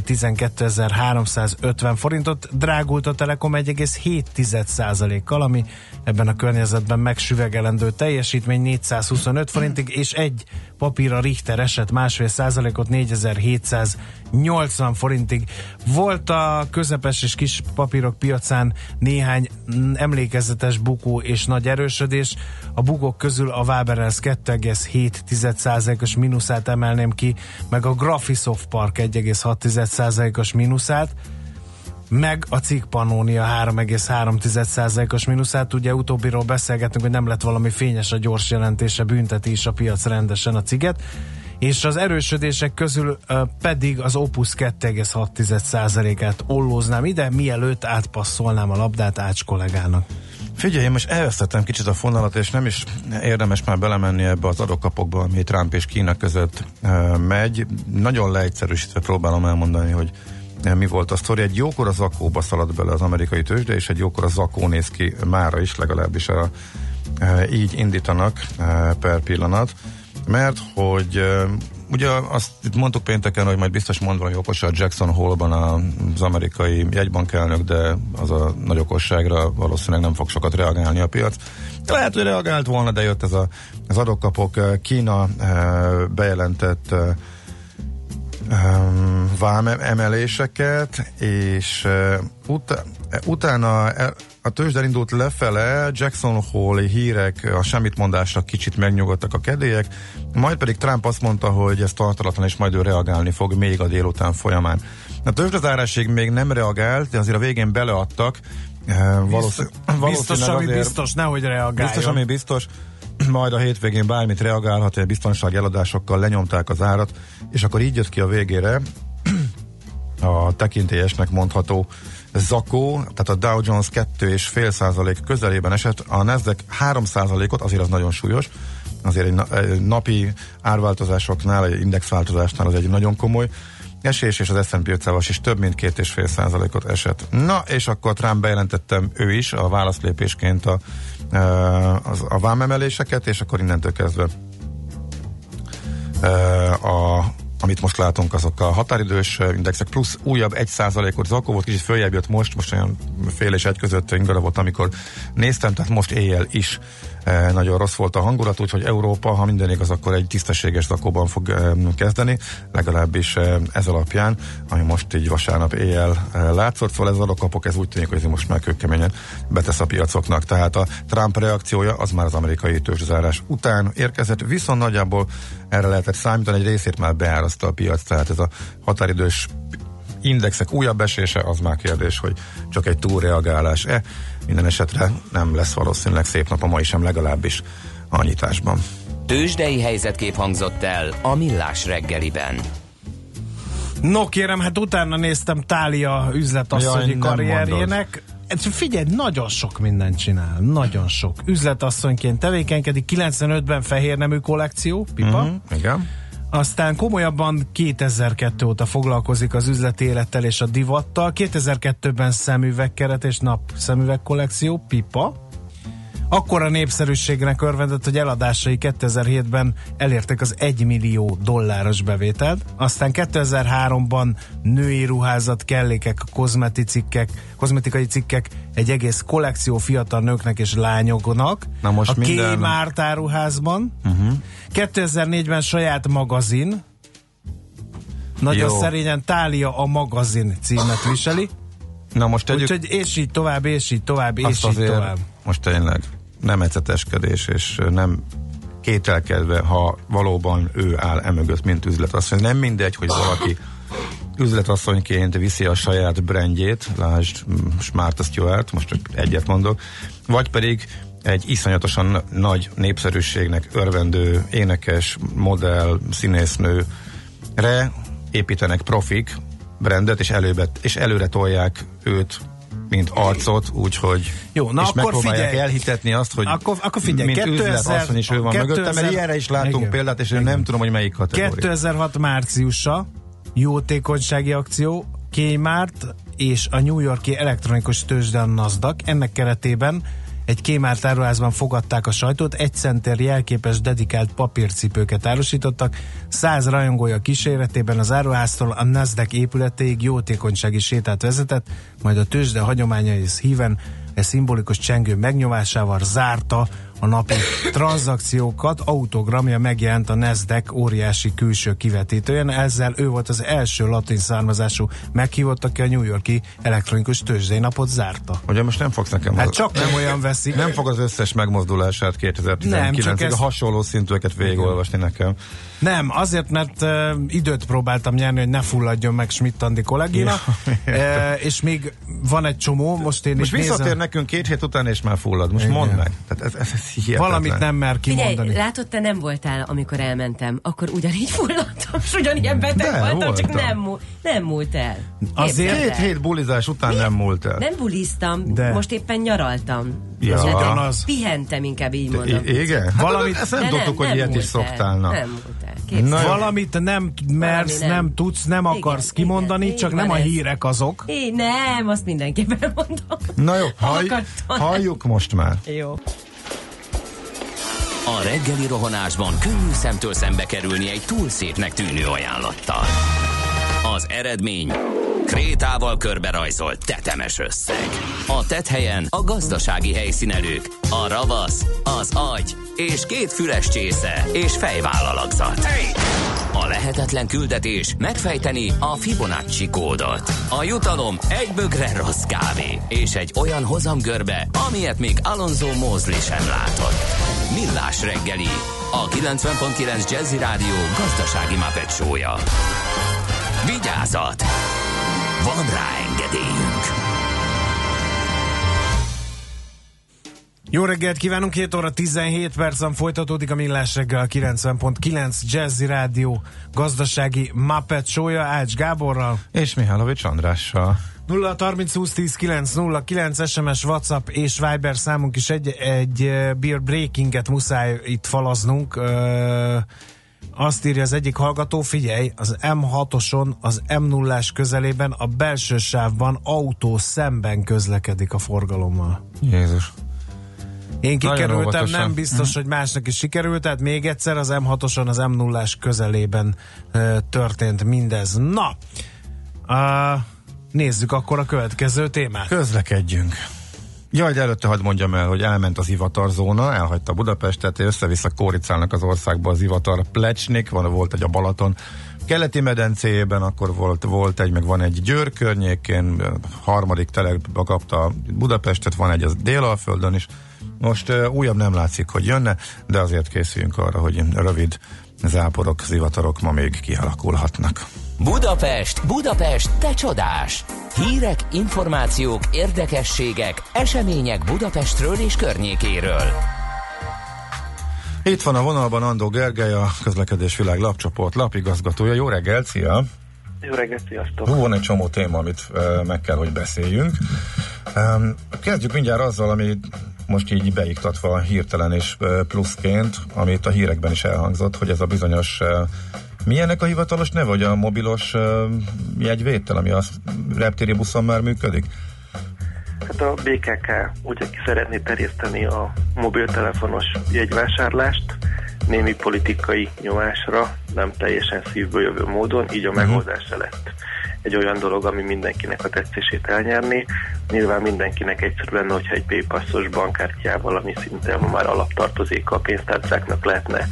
12350 forintot, drágult a Telekom 1,7%-kal, ami ebben a környezetben megsüvegelendő teljesítmény, 425 forintig, és egy papír, a Richter esett 1,5%-ot, 4780 forintig. Volt a közepes és kis papírok piacán néhány emlékezetes bukó és nagy erősödés. A bukók közül a Waberers 2,7%-os mínuszát emelném ki, meg a Graphisoft Park 1,6%-os mínuszát, meg a Cig Pannonia 3,3%-os mínuszát. Ugye utóbbiról beszélgetünk, hogy nem lett valami fényes a gyors jelentése, bünteti is a piac rendesen a Ciget, és az erősödések közül pedig az Opus 2,6%-át ollóznám ide, mielőtt átpasszolnám a labdát Ács kollégának. Figyelj, én most elvesztettem kicsit a fonalat, és nem is érdemes már belemenni ebbe az adókapokba, ami Trump és Kína között megy. Nagyon leegyszerűsítve próbálom elmondani, hogy mi volt a sztori. Egy jókora zakóba szaladt bele az amerikai tőzsde, és egy jókora zakó néz ki mára is, legalábbis így indítanak per pillanat, mert hogy ugye azt itt mondtuk pénteken, hogy majd biztos mond valami okosat Jackson Hole-ban az amerikai jegybankelnök, de az a nagy okosságra valószínűleg nem fog sokat reagálni a piac. Lehet, hogy reagált volna, de jött ez az adókapok. Kína bejelentett vám emeléseket, és utána a tőzsden indult lefele, Jackson Hole-i hírek, a semmitmondásra kicsit megnyugodtak a kedélyek, majd pedig Trump azt mondta, hogy ez tartalatlan, és majd ő reagálni fog még a délután folyamán. A tőzsdezárásig még nem reagált, de azért a végén beleadtak. Biztos, ami biztos, nehogy reagáljon. Biztos, ami biztos. Majd a hétvégén bármit reagálhat, hogy a biztonsági eladásokkal lenyomták az árat, és akkor így jött ki a végére a tekintélyesnek mondható zakó, tehát a Dow Jones 2,5% közelében esett, a Nasdaq 3%-ot, azért az nagyon súlyos, azért egy napi árváltozásoknál, egy indexváltozásnál az egy nagyon komoly esés, és az S&P 500-as is több mint 2,5%-ot esett. Na, és akkor Trump bejelentettem ő is a válaszlépésként a vámemeléseket, és akkor innentől kezdve amit most látunk, azok a határidős indexek plusz újabb 1%-ot zakó volt, kicsit följebb jött most olyan fél és egy között ingere volt, amikor néztem, tehát most éjjel is nagyon rossz volt a hangulat, úgyhogy Európa, ha minden igaz, akkor egy tisztességes zakóban fog kezdeni, legalábbis ez alapján, ami most így vasárnap éjjel látszott, szóval ez adókapok, ez úgy tűnik, hogy ez most már kőkeményen betesz a piacoknak, tehát a Trump reakciója az már az amerikai tőzsdezárás után érkezett, viszont nagyjából erre lehetett számítani, egy részét már beárazta a piac, tehát ez a határidős indexek újabb esése, az már kérdés, hogy csak egy túlreagálás-e. Minden esetre nem lesz valószínűleg szép nap a mai sem, legalábbis a nyitásban. Tőzsdei helyzetkép hangzott el a Millás reggeliben. No kérem, hát utána néztem Thália üzletasszonyi karrierjének. Figyelj, nagyon sok mindent csinál, nagyon sok. Üzletasszonyként tevékenykedik, 95-ben fehérnemű kollekció, pipa. Igen. Aztán komolyabban 2002 óta foglalkozik az üzleti élettel és a divattal. 2002-ben szemüvegkeret és napszemüveg kollekció, pipa. Akkora népszerűségnek örvendett, hogy eladásai 2007-ben elértek az $1 millió bevételt. Aztán 2003-ban női ruházat, kellékek, kozmetikai cikkek, egy egész kollekció fiatal nőknek és lányoknak. Na most a K-Mart áruházban. 2004-ben saját magazin. Nagyon szerényen Thália a magazin címet viseli. Na most tegyük... Úgyhogy és így tovább, és így tovább, és így tovább. Most tényleg nem eceteskedés, és nem kételkedve, ha valóban ő áll emögött, mint üzlet. Azt mondja, nem mindegy, hogy valaki üzletasszonyként viszi a saját brandjét, lásd Martha Stewart, most csak egyet mondok, vagy pedig egy iszonyatosan nagy népszerűségnek örvendő énekes, modell, színésznőre építenek profik brandet, és előre tolják őt, mint arcot, úgyhogy jó, na és akkor megpróbálják figyelj, elhitetni azt, hogy akkor figyelj, mint üzletasszony is ő van mögöttem, mert ilyenre is látunk igen, példát, és én nem tudom, hogy melyik kategória. 2006 márciusa, jótékonysági akció, Kmart és a New York-i elektronikus tőzsde, a NASDAQ. Ennek keretében egy Kmart áruházban fogadták a sajtót, 1 centért jelképes dedikált papírcipőket árusítottak, 100 rajongója kíséretében az áruháztól a NASDAQ épületéig jótékonysági sétát vezetett, majd a tőzsde hagyományaihoz híven szimbolikus csengő megnyomásával zárta a napi tranzakciókat. Autogramja megjelent a NASDAQ óriási külső kivetítőjén, ezzel ő volt az első latin származású meghívott, aki a New York-i elektronikus tőzsdei napot zárta. Ugye most nem fogsz nekem... Hát csak nem olyan veszik. Nem fog az összes megmozdulását 2019-ig a hasonló szintűeket végigolvasni nekem. Nem, azért, mert időt próbáltam nyerni, hogy ne fulladjon meg Schmidt-Andi kollégina, és még van egy csomó, most én most visszatér nekünk 2 hét után, és már fullad. Most mondd meg. Tehát ez hihetetlen. Valamit nem mer kimondani. Figyelj, látod, te nem voltál, amikor elmentem, akkor ugyanígy fulladtam, és ugyanilyen beteg voltam, csak nem múlt el. Azért 2 hét bulizás után nem múlt el. Nem buliztam, most éppen nyaraltam. Ja. Pihentem, inkább így mondom. Igen? Valamit, ezt nem tudtuk, hogy ilyet is szoktálna. Nem múlt el. Valamit nem mersz, nem tudsz, nem akarsz kimondani, csak nem a hírek azok. Nem, azt mindenképpen mondom. Na jó, halljuk most már. Jó. A reggeli rohanásban könnyű szemtől szembe kerülni egy túl szépnek tűnő ajánlattal. Az eredmény krétával körberajzolt tetemes összeg. A tetthelyen a gazdasági helyszínelők, a ravasz, az agy és 2 füles csésze és fejvállalakzat. A lehetetlen küldetés megfejteni a Fibonacci kódot. A jutalom egy bögre rossz kávé és egy olyan hozamgörbe, amilyet még Alonso Mosley sem látott. Millás reggeli, a 90.9 Jazzy Rádió gazdasági Muppet show-ja. Vigyázat! Van rá engedélyünk! Jó reggelt kívánunk, 7 óra 17 percen folytatódik a Millás reggel, a 90.9 Jazzy Rádió gazdasági Muppet show-ja Ács Gáborral és Mihálovics Andrással. 0-30-20-10-9-09 SMS, WhatsApp és Viber számunk is egy beer breakinget muszáj itt falaznunk. Azt írja az egyik hallgató, figyelj, az M6-oson, az M0-ás közelében a belső sávban autó szemben közlekedik a forgalommal. Jézus. Én kikerültem, nem biztos, hogy másnak is sikerült, tehát még egyszer az M6-oson, az M0-ás közelében történt mindez. Na, nézzük akkor a következő témát. Közlekedjünk. Jaj, de előtte hadd mondjam el, hogy elment az ivatarzóna, elhagyta Budapestet, össze-vissza kóricálnak az országba az ivatar Plecsnik, volt egy a Balaton keleti medencéjében, akkor volt egy, meg van egy Győr környékén, harmadik telekbe kapta Budapestet, van egy az Délalföldön is. Most újabb nem látszik, hogy jönne, de azért készüljünk arra, hogy rövid záporok, zivatarok ma még kialakulhatnak. Budapest, te csodás! Hírek, információk, érdekességek, események Budapestről és környékéről. Itt van a vonalban Andó Gergely, a Közlekedés Világ lapcsoport lapigazgatója. Jó reggelt, szia! Jó reggelt, sziasztok! Van egy csomó téma, amit meg kell, hogy beszéljünk. Kezdjük mindjárt azzal, ami most így beiktatva hirtelen és pluszként, amit a hírekben is elhangzott, hogy ez a bizonyos milyennek a hivatalos neve, vagy a mobilos jegyvétel, ami a reptéri buszon már működik? Hát a BKK ugye ki szeretné terjeszteni a mobiltelefonos jegyvásárlást némi politikai nyomásra, nem teljesen szívből jövő módon, így a megoldása lett egy olyan dolog, ami mindenkinek a tetszését elnyerni. Nyilván mindenkinek egyszerű lenne, hogyha egy P-passzos bankkártyával, ami szinte ma már alaptartozéka a pénztárcáknak lehetne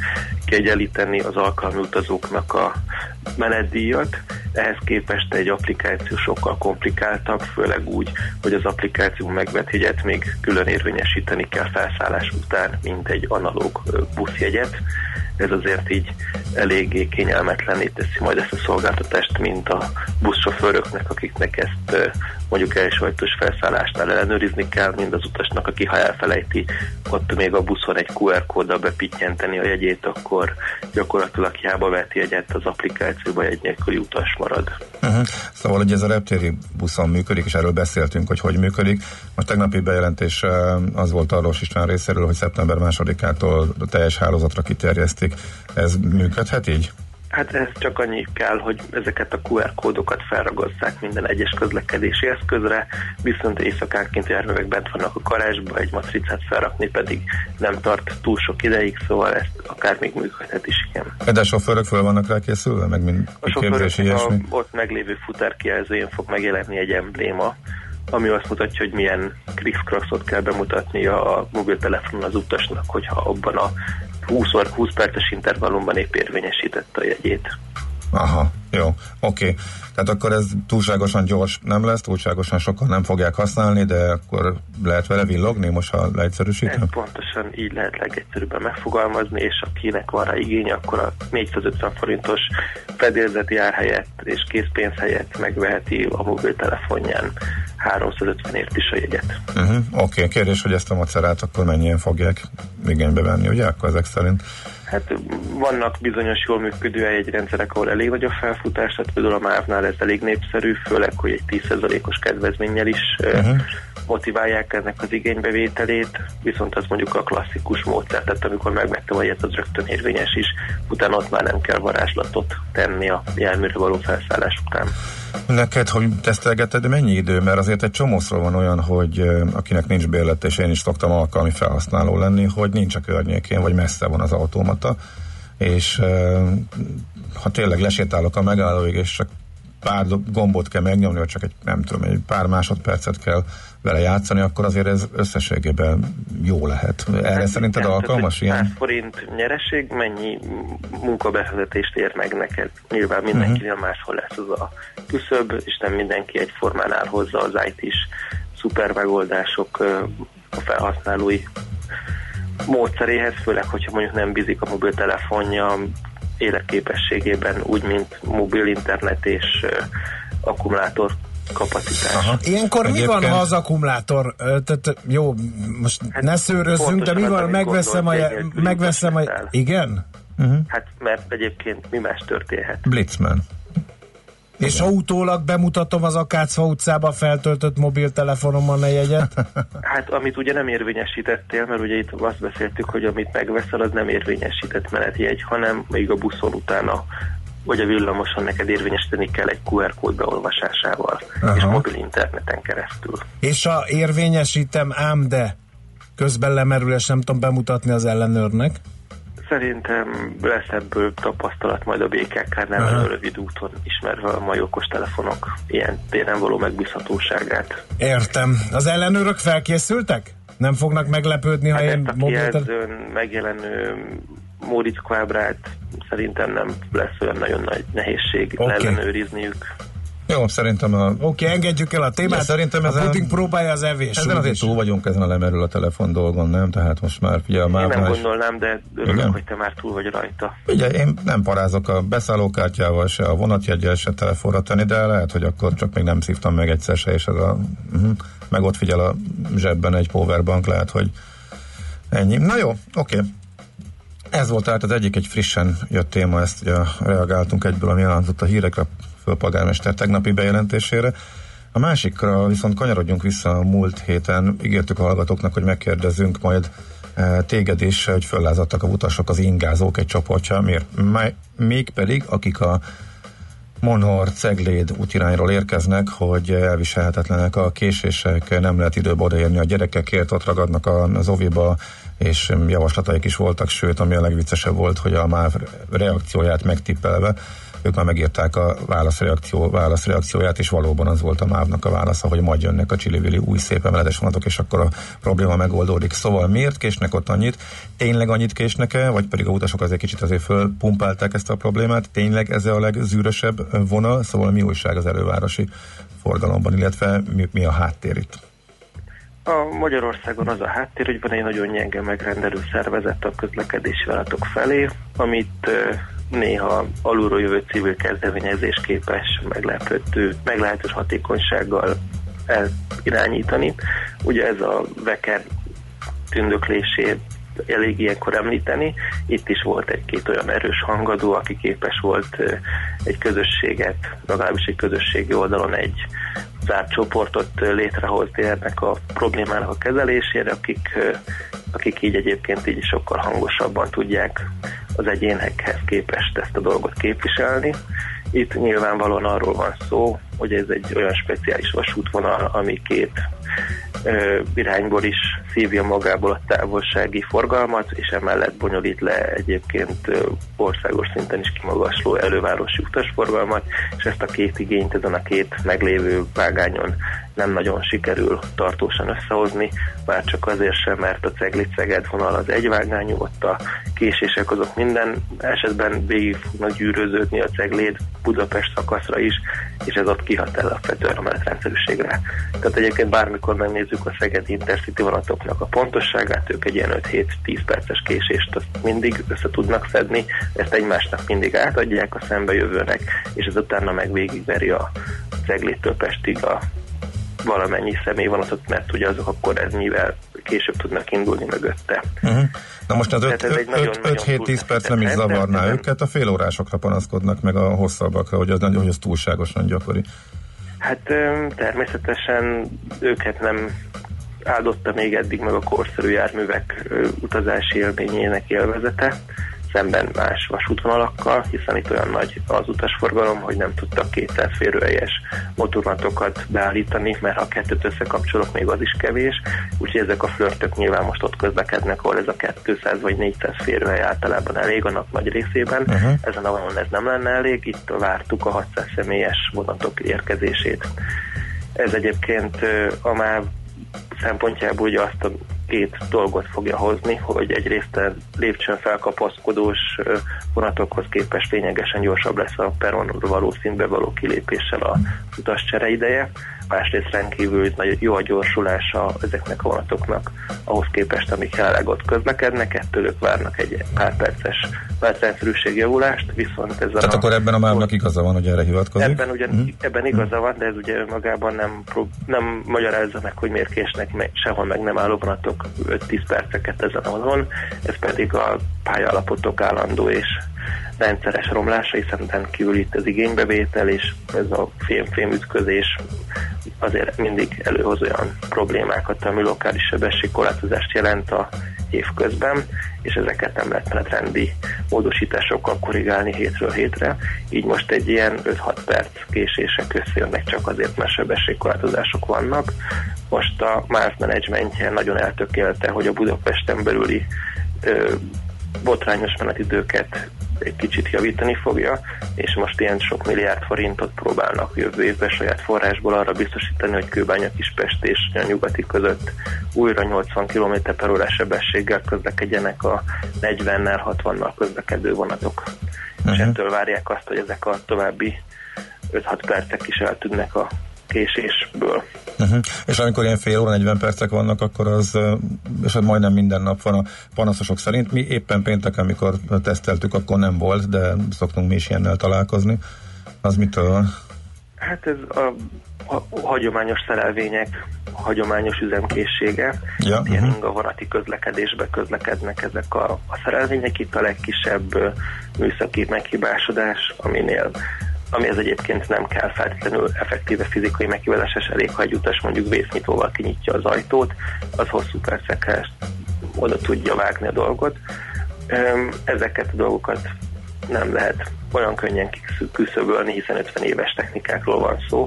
kiegyenlíteni az alkalmi utazóknak a menetdíjat. Ehhez képest egy applikáció sokkal komplikáltabb, főleg úgy, hogy az applikáció megvett jegyet még külön érvényesíteni kell felszállás után, mint egy analóg buszjegyet. Ez azért így eléggé kényelmetlenné teszi majd ezt a szolgáltatást, mint a buszsofőröknek, akiknek ezt mondjuk elsajtos felszállásnál ellenőrizni kell, mind az utasnak, aki ha elfelejti ott még a buszon egy QR kóddal bepittyenteni a jegyét, akkor gyakorlatilag hiába vett jegyet, az applikációban egy nélküli utas marad. Szóval, hogy ez a reptéri buszon működik, és erről beszéltünk, hogy működik. Most tegnapi bejelentés az volt Arlós István részéről, hogy szeptember 2-ától teljes hálózatra kiterjesztik. Ez működhet így? Hát ez csak annyi kell, hogy ezeket a QR kódokat felragozzák minden egyes közlekedési eszközre, viszont éjszakánként járművek bent vannak a garázsba, egy matricát felrakni pedig nem tart túl sok ideig, szóval ezt akár még működhet is, igen. De a sofőrök föl vannak rá készülve? Meg mind a sofőrök ott meglévő futárkijelzőjén fog megjelenni egy embléma, ami azt mutatja, hogy milyen krikszkrakszot kell bemutatni a mobiltelefonon az utasnak, hogyha abban a 20 perces intervallumban épp érvényesítette a jegyét. Aha, jó, oké. Tehát akkor ez túlságosan gyors nem lesz, túlságosan sokan nem fogják használni, de akkor lehet vele villogni, most ha leegyszerűsítem? Ez pontosan így lehet legegyszerűbben megfogalmazni, és akinek van rá igény, akkor a 450 forintos fedélzeti ár helyett és készpénz helyett megveheti a mobiltelefonján 350-ért is a jegyet. Oké, kérdés, hogy ezt a macerát akkor mennyien fogják igénybe venni, ugye? Akkor ezek szerint? Hát vannak bizonyos jól működő jegyrendszerek, ahol elég nagy a felfutás, tehát például a MÁV-nál ez elég népszerű, főleg, hogy egy 10%-os kedvezménnyel is motiválják ennek az igénybevételét, viszont az mondjuk a klasszikus módszer, tehát amikor megvettem a jegyet, az rögtön érvényes is, utána ott már nem kell varázslatot tenni a járműre való felszállás után. Neked, hogy tesztelgeted, mennyi idő? Mert azért egy csomószor van olyan, hogy akinek nincs bérlet, és én is szoktam alkalmi felhasználó lenni, hogy nincs a környékén, vagy messze van az automata, és ha tényleg lesétálok a megállóig, és csak pár gombot kell megnyomni, vagy csak egy pár másodpercet kell vele játszani, akkor azért ez összességében jó lehet. Erre hát szerinted alkalmas ilyen? 100 forint nyereség, mennyi munkabefektetést ér meg neked? Nyilván mindenkinél máshol lesz az a küszöb, és nem mindenki egyformán áll hozzá az IT-s szuper megoldások a felhasználói módszeréhez, főleg, hogyha mondjuk nem bízik a mobiltelefonja életképességében, úgy, mint mobil internet és akkumulátor kapacitás. Aha. Ilyenkor mi van, ha az akkumulátor, tehát jó, most hát ne szőrözzünk, de mi van, megveszem a igen? Hát, mert egyébként mi más történhet? Blitzman. És ha utólag bemutatom az Akácfa utcába feltöltött mobiltelefonomon a jegyet? Hát, amit ugye nem érvényesítettél, mert ugye itt azt beszéltük, hogy amit megveszel, az nem érvényesített menetjegy, hanem még a buszon utána, vagy a villamoson neked érvényesíteni kell egy QR kód beolvasásával, és mobil interneten keresztül. És ha érvényesítem, ám de közben lemerül, és nem tudom bemutatni az ellenőrnek? Szerintem lesz ebből tapasztalat majd a BKK-nál rövid úton, ismerve a mai okostelefonok ilyen téren való megbízhatóságát. Értem. Az ellenőrök felkészültek? Nem fognak meglepődni, ha én mobiltelefon megjelenő módickábrát szerintem nem lesz olyan nagyon nagy nehézség ellenőrizniük. Jó, szerintem Oké, engedjük el a témát. Szerintem a puding próbálja az evés. Ezen azért túl vagyunk, ezen a lemerül a telefon dolgon, nem? Tehát most már figyelj, én nem gondolnám, de örülök, hogy te már túl vagy rajta. Ugye én nem parázok a beszállókártyával, se a vonatjeggyel, se telefonra tenni, de lehet, hogy akkor csak még nem szívtam meg egyszer se, és ez meg ott figyel a zsebben egy powerbank, lehet, hogy ennyi. Na jó, oké. Ez volt tehát az egyik, egy frissen jött téma, ezt ugye reagáltunk egyből, ami elhangzott a hírekre, főpolgármester tegnapi bejelentésére. A másikra viszont kanyarodjunk vissza a múlt héten. Ígértük a hallgatóknak, hogy megkérdezzünk majd téged is, hogy föllázadtak a utasok, az ingázók egy csoportja. Miért? Mégpedig, akik a Monor-Cegléd útirányról érkeznek, hogy elviselhetetlenek a késések, nem lehet időbe odaérni a gyerekekért, ott ragadnak az oviba, és javaslataik is voltak, sőt, ami a legviccesebb volt, hogy a MÁV reakcióját megtippelve ők már megírták a válaszreakcióját, és valóban az volt a MÁV-nak a válasza, hogy majd jönnek a csili-vili új szép emeletes vonatok, és akkor a probléma megoldódik. Szóval miért késnek ott annyit? Tényleg annyit késnek-e, vagy pedig a utasok azért kicsit azért fölpumpálták ezt a problémát? Tényleg ez a legzűrösebb vonal? Szóval mi újság az elővárosi forgalomban, illetve mi a háttér itt? A Magyarországon az a háttér, hogy van egy nagyon gyenge megrendelő szervezet a közlekedési vállalatok felé, amit néha alulról jövő civil kezdeményezés képes meglehetős hatékonysággal irányítani. Ugye ez a veker tündöklését elég ilyenkor említeni. Itt is volt egy-két olyan erős hangadó, aki képes volt egy közösséget, legalábbis egy közösségi oldalon egy zárt csoportot létrehozni ennek a problémának a kezelésére, akik így egyébként így sokkal hangosabban tudják az egyénekhez képest ezt a dolgot képviselni. Itt nyilvánvalóan arról van szó, hogy ez egy olyan speciális vasútvonal, ami két irányból is szívja magából a távolsági forgalmat, és emellett bonyolít le egyébként országos szinten is kimagasló elővárosi utasforgalmat, és ezt a két igényt ezen a két meglévő vágányon nem nagyon sikerül tartósan összehozni, már csak azért sem, mert a Cegléd-Szeged vonal az egyvágányú, ott a késések azok minden esetben végig fognak gyűröződni a Cegléd-Budapest szakaszra is, és ez ott kihat alapvetően a menetrendszerűségre. Tehát egyébként bármikor megnézzük a szegedi Intercity vonatoknak a pontosságát, ők egy ilyen 5-7-10 perces késést azt mindig össze tudnak szedni, ezt egymásnak mindig átadják a szembejövőnek, és ez utána meg végigveri a Ceglédtől Pestig a valamennyi személyvonatot, mert ugye azok akkor mivel később tudnak indulni mögötte. Na most az 5-7-10 perc nem is zavarná őket, a félórásokra panaszkodnak, meg a hosszabbakra, hogy az túlságosan gyakori. Hát természetesen őket nem áldotta még eddig meg a korszerű járművek utazási élményének élvezete, szemben más vasútvonalakkal, hiszen itt olyan nagy az utasforgalom, hogy nem tudtak 200 férőhelyes motorvonatokat beállítani, mert ha a kettőt összekapcsolok, még az is kevés, úgyhogy ezek a flörtök nyilván most ott közlekednek, ahol ez a 200 vagy 400 férőhely általában elég a nap nagy részében, ezen a vonalon ez nem lenne elég, itt vártuk a 600 személyes vonatok érkezését. Ez egyébként a MÁV szempontjából ugye azt a két dolgot fogja hozni, hogy egyrészt a lépcsőn felkapaszkodós vonatokhoz képest lényegesen gyorsabb lesz a perronról való szintbe való kilépéssel a utascsere ideje, másrészt rendkívül nagyon jó a gyorsulása ezeknek a vonatoknak ahhoz képest, amik jelenleg ott közlekednek, ettől ők várnak egy pár perces menetrendszerűségjavulást, viszont ez tehát akkor ebben a MÁV-nak igaza van, hogy erre hivatkozik? Ebben igaza van, de ez ugye magában nem magyarázza meg, hogy miért késnek sehol meg nem álló vonatok 5-10 perceket ezen a vonalon, ez pedig a pályállapotok állandó és rendszeres romlása, hiszen rendkívül itt az igénybevétel, és ez a fém-fém ütközés azért mindig előhoz olyan problémákat, ami lokális sebességkorlátozást jelent a évközben, és ezeket nem lehet menetrendi módosításokkal korrigálni hétről hétre, így most egy ilyen 5-6 perc késések összejönnek csak azért, mert sebességkorlátozások vannak. Most a MÁV menedzsmentje nagyon eltökélte, hogy a Budapesten belüli botrányos menetidőket egy kicsit javítani fogja, és most ilyen sok milliárd forintot próbálnak jövő évben saját forrásból arra biztosítani, hogy Kőbánya-Kispest és a nyugati között újra 80 km/h sebességgel közlekedjenek a 40-nel, 60-nal közlekedő vonatok. És ettől várják azt, hogy ezek a további 5-6 percek is eltűnnek a késésből. És amikor ilyen fél óra, 40 percek vannak, akkor az, és majdnem minden nap van a panaszosok szerint. Mi éppen pénteken, amikor teszteltük, akkor nem volt, de szoktunk mi is ilyennel találkozni. Az mitől? Hát ez a hagyományos szerelvények hagyományos üzemkészsége. Ilyen ingavonati közlekedésbe közlekednek ezek a szerelvények. Itt a legkisebb műszaki meghibásodás, ami ez egyébként nem kell feltétlenül effektíve fizikai meghibásodás, elég, ha egy utas mondjuk vésznyitóval kinyitja az ajtót, az hosszú percekkel oda tudja vágni a dolgot. Ezeket a dolgokat nem lehet olyan könnyen küszöbölni, hiszen 50 éves technikákról van szó.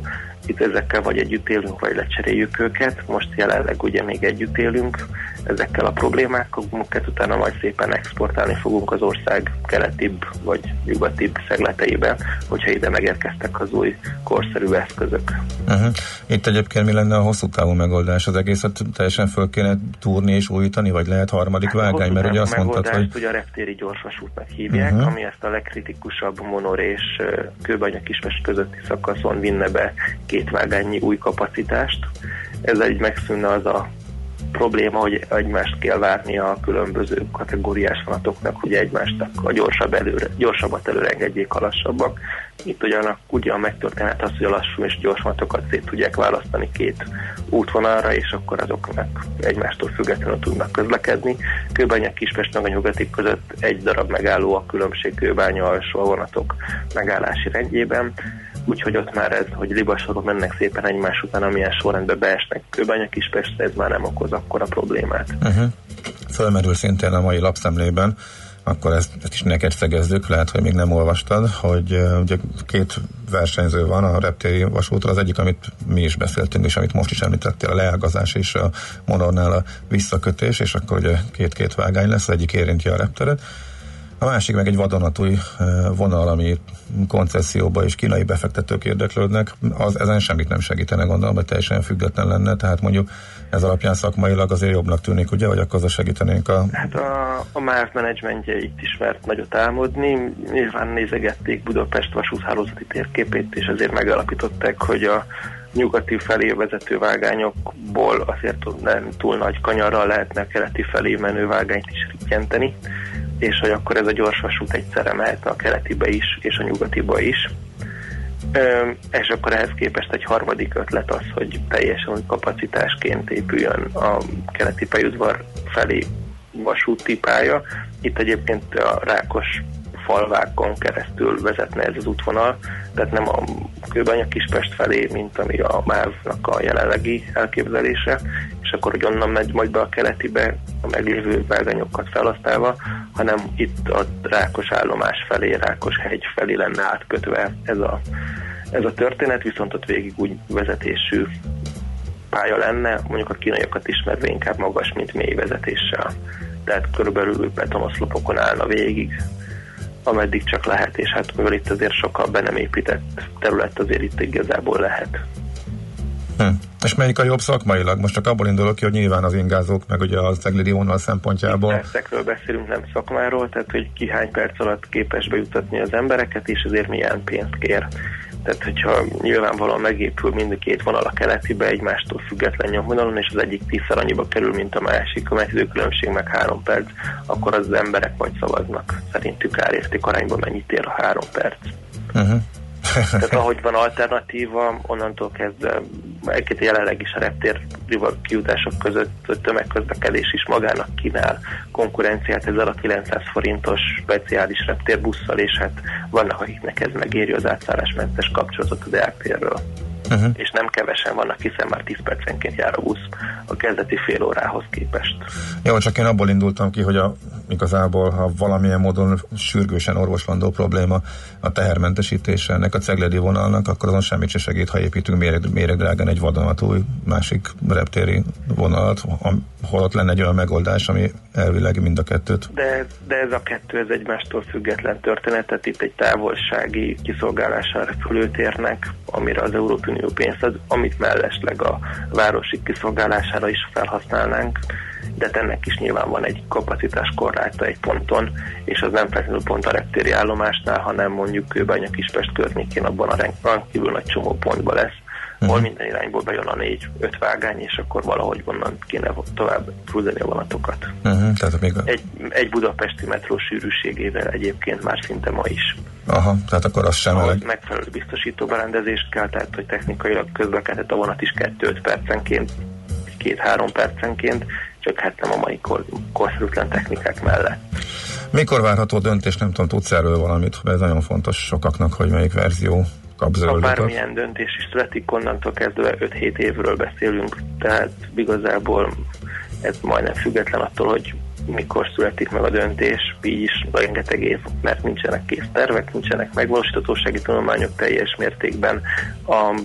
itt ezekkel vagy együtt élünk, vagy lecseréljük őket. Most jelenleg ugye még együtt élünk ezekkel a problémákkal, utána majd szépen exportálni fogunk az ország keletibb vagy nyugatibb szegleteibe, hogyha ide megérkeztek az új korszerű eszközök. Itt egyébként mi lenne a hosszú távú megoldás? Az egészet teljesen föl kéne túrni és újítani, vagy lehet harmadik vágány? Mert ugye azt mondtad, hogy... ugye a reptéri gyorsvasútnak hívják, ami ezt a legkritikusabb Monor és Kőbanya-Kispest közötti szakaszon vinne be 2 vágányi új kapacitást. Ez egy megszűnne az a probléma, hogy egymást kell várni a különböző kategóriás vonatoknak, hogy egymástak a gyorsabbat előre engedjék a lassabbak. Itt ugyan megtörténhet az, hogy a lassú és gyors vonatokat szét tudják választani 2 útvonalra, és akkor azoknak egymástól függetlenül tudnak közlekedni. Kőbanya-Kispest meg a nyugati között 1 darab megálló a különbség Kőbánya alsó vonatok megállási rendjében, úgyhogy ott már ez, hogy libasorok mennek szépen egymás után, amilyen sorrendben beesnek Kőbanya-Kispestre, ez már nem okoz akkora problémát. Fölmerül szintén a mai lapszemlében, akkor ezt is neked szegezzük, lehet, hogy még nem olvastad, hogy ugye 2 versenyző van a reptéri vasútra, az egyik, amit mi is beszéltünk, és amit most is említettél, a leágazás és a Monornál a visszakötés, és akkor ugye 2 vágány lesz, az egyik érinti a repteret. A másik meg egy vadonatúj vonal, ami koncesszióba és kínai befektetők érdeklődnek, ezen semmit nem segítene, gondolom, hogy teljesen független lenne, tehát mondjuk ez alapján szakmailag azért jobbnak tűnik, ugye, hogy akkor segítenénk a... Hát a MÁV menedzsmentje itt is mert nagyot álmodni, nyilván nézegették Budapest vasúthálózati térképét, és azért megalapították, hogy a nyugati felé vezető vágányokból azért nem túl nagy kanyarral lehetne a keleti felé menő vágányt is rittyenteni, és hogy akkor ez a gyorsvasút egyszerre mehetne a keletibe is, és a nyugatiba is. És akkor ehhez képest egy harmadik ötlet az, hogy teljesen új kapacitásként épüljön a keleti pályaudvar felé vasúti pálya. Itt egyébként a Rákos falvákon keresztül vezetne ez az útvonal, tehát nem a Kőbanya-Kispest felé, mint ami a MÁV-nak a jelenlegi elképzelése, és akkor, hogy onnan megy majd be a keletibe a meglévő vágányokat felhasználva, hanem itt a Rákos állomás felé, Rákos hegy felé lenne átkötve ez a történet, viszont ott végig úgy vezetésű pálya lenne, mondjuk a kínaiakat ismerve inkább magas, mint mély vezetéssel. Tehát körülbelül betonoszlopokon állna végig, ameddig csak lehet, és hát mivel itt azért sokkal be nem épített terület, azért itt igazából lehet. És melyik a jobb szakmailag? Most csak abból indulok ki, hogy nyilván az ingázók, meg ugye a ceglidi vonal szempontjából. Percekről beszélünk, nem szakmáról, tehát hogy ki hány perc alatt képes bejutatni az embereket, és azért milyen pénzt kér. Tehát, hogyha nyilvánvalóan megépül mind a 2 vonal a keletibe egymástól független nyomvonalon, és az egyik 10-szer annyiba kerül, mint a másik, a időkülönbség meg 3 perc, akkor az emberek majd szavaznak. Szerintük árérték arányban mennyit ér a 3 perc. Tehát ahogy van alternatíva, onnantól kezdve egy-két jelenleg is a reptér kijutások között a tömegközlekedés is magának kínál konkurenciát ezzel a 900 forintos speciális reptérbusszal, és hát vannak, akiknek ez megéri az átszállásmentes kapcsolatot a Deák térről. És nem kevesen vannak, hiszen már 10 percenként jár a busz a kezdeti fél órához képest. Jó, csak én abból indultam ki, hogy igazából, ha valamilyen módon sürgősen orvoslandó probléma a tehermentesítése ennek a cegledi vonalnak, akkor azon semmit se segít, ha építünk méregdrágán egy vadonatúj másik reptéri vonalat, holott lenne egy olyan megoldás, ami elvileg mind a kettőt. De ez a kettő, ez egymástól független történet, tehát itt egy távolsági kiszolgálása a repülőtérnek, amire az Európai Unió pénzt ad, amit mellesleg a városi kiszolgálására is felhasználnánk, de ennek is nyilván van egy kapacitáskorláta egy ponton, és az nem feltétlenül pont a reptéri állomásnál, hanem mondjuk Kőbanya-Kispest környékén abban a rendkívül nagy csomópontban lesz, ahol minden irányból bejön a 4-5 vágány, és akkor valahogy onnan kéne tovább küldeni a vonatokat. Tehát még egy budapesti metró sűrűségével egyébként már szinte ma is. Aha, tehát akkor az sem megfelelő biztosító berendezést kell, tehát hogy technikailag közlekedhet a vonat is 2-5 percenként, 2-3 percenként, csak hát nem a mai korszerűtlen technikák mellett. Mikor várható a döntés? Nem tudom, tudsz erről valamit? Ez nagyon fontos sokaknak, hogy melyik verzió kap zöldet. Bármilyen döntés is születik, onnantól kezdve 5-7 évről beszélünk, tehát igazából ez majdnem független attól, hogy mikor születik meg a döntés, így is rengeteg év, mert nincsenek kész tervek, nincsenek megvalósítatósági tanulmányok teljes mértékben. A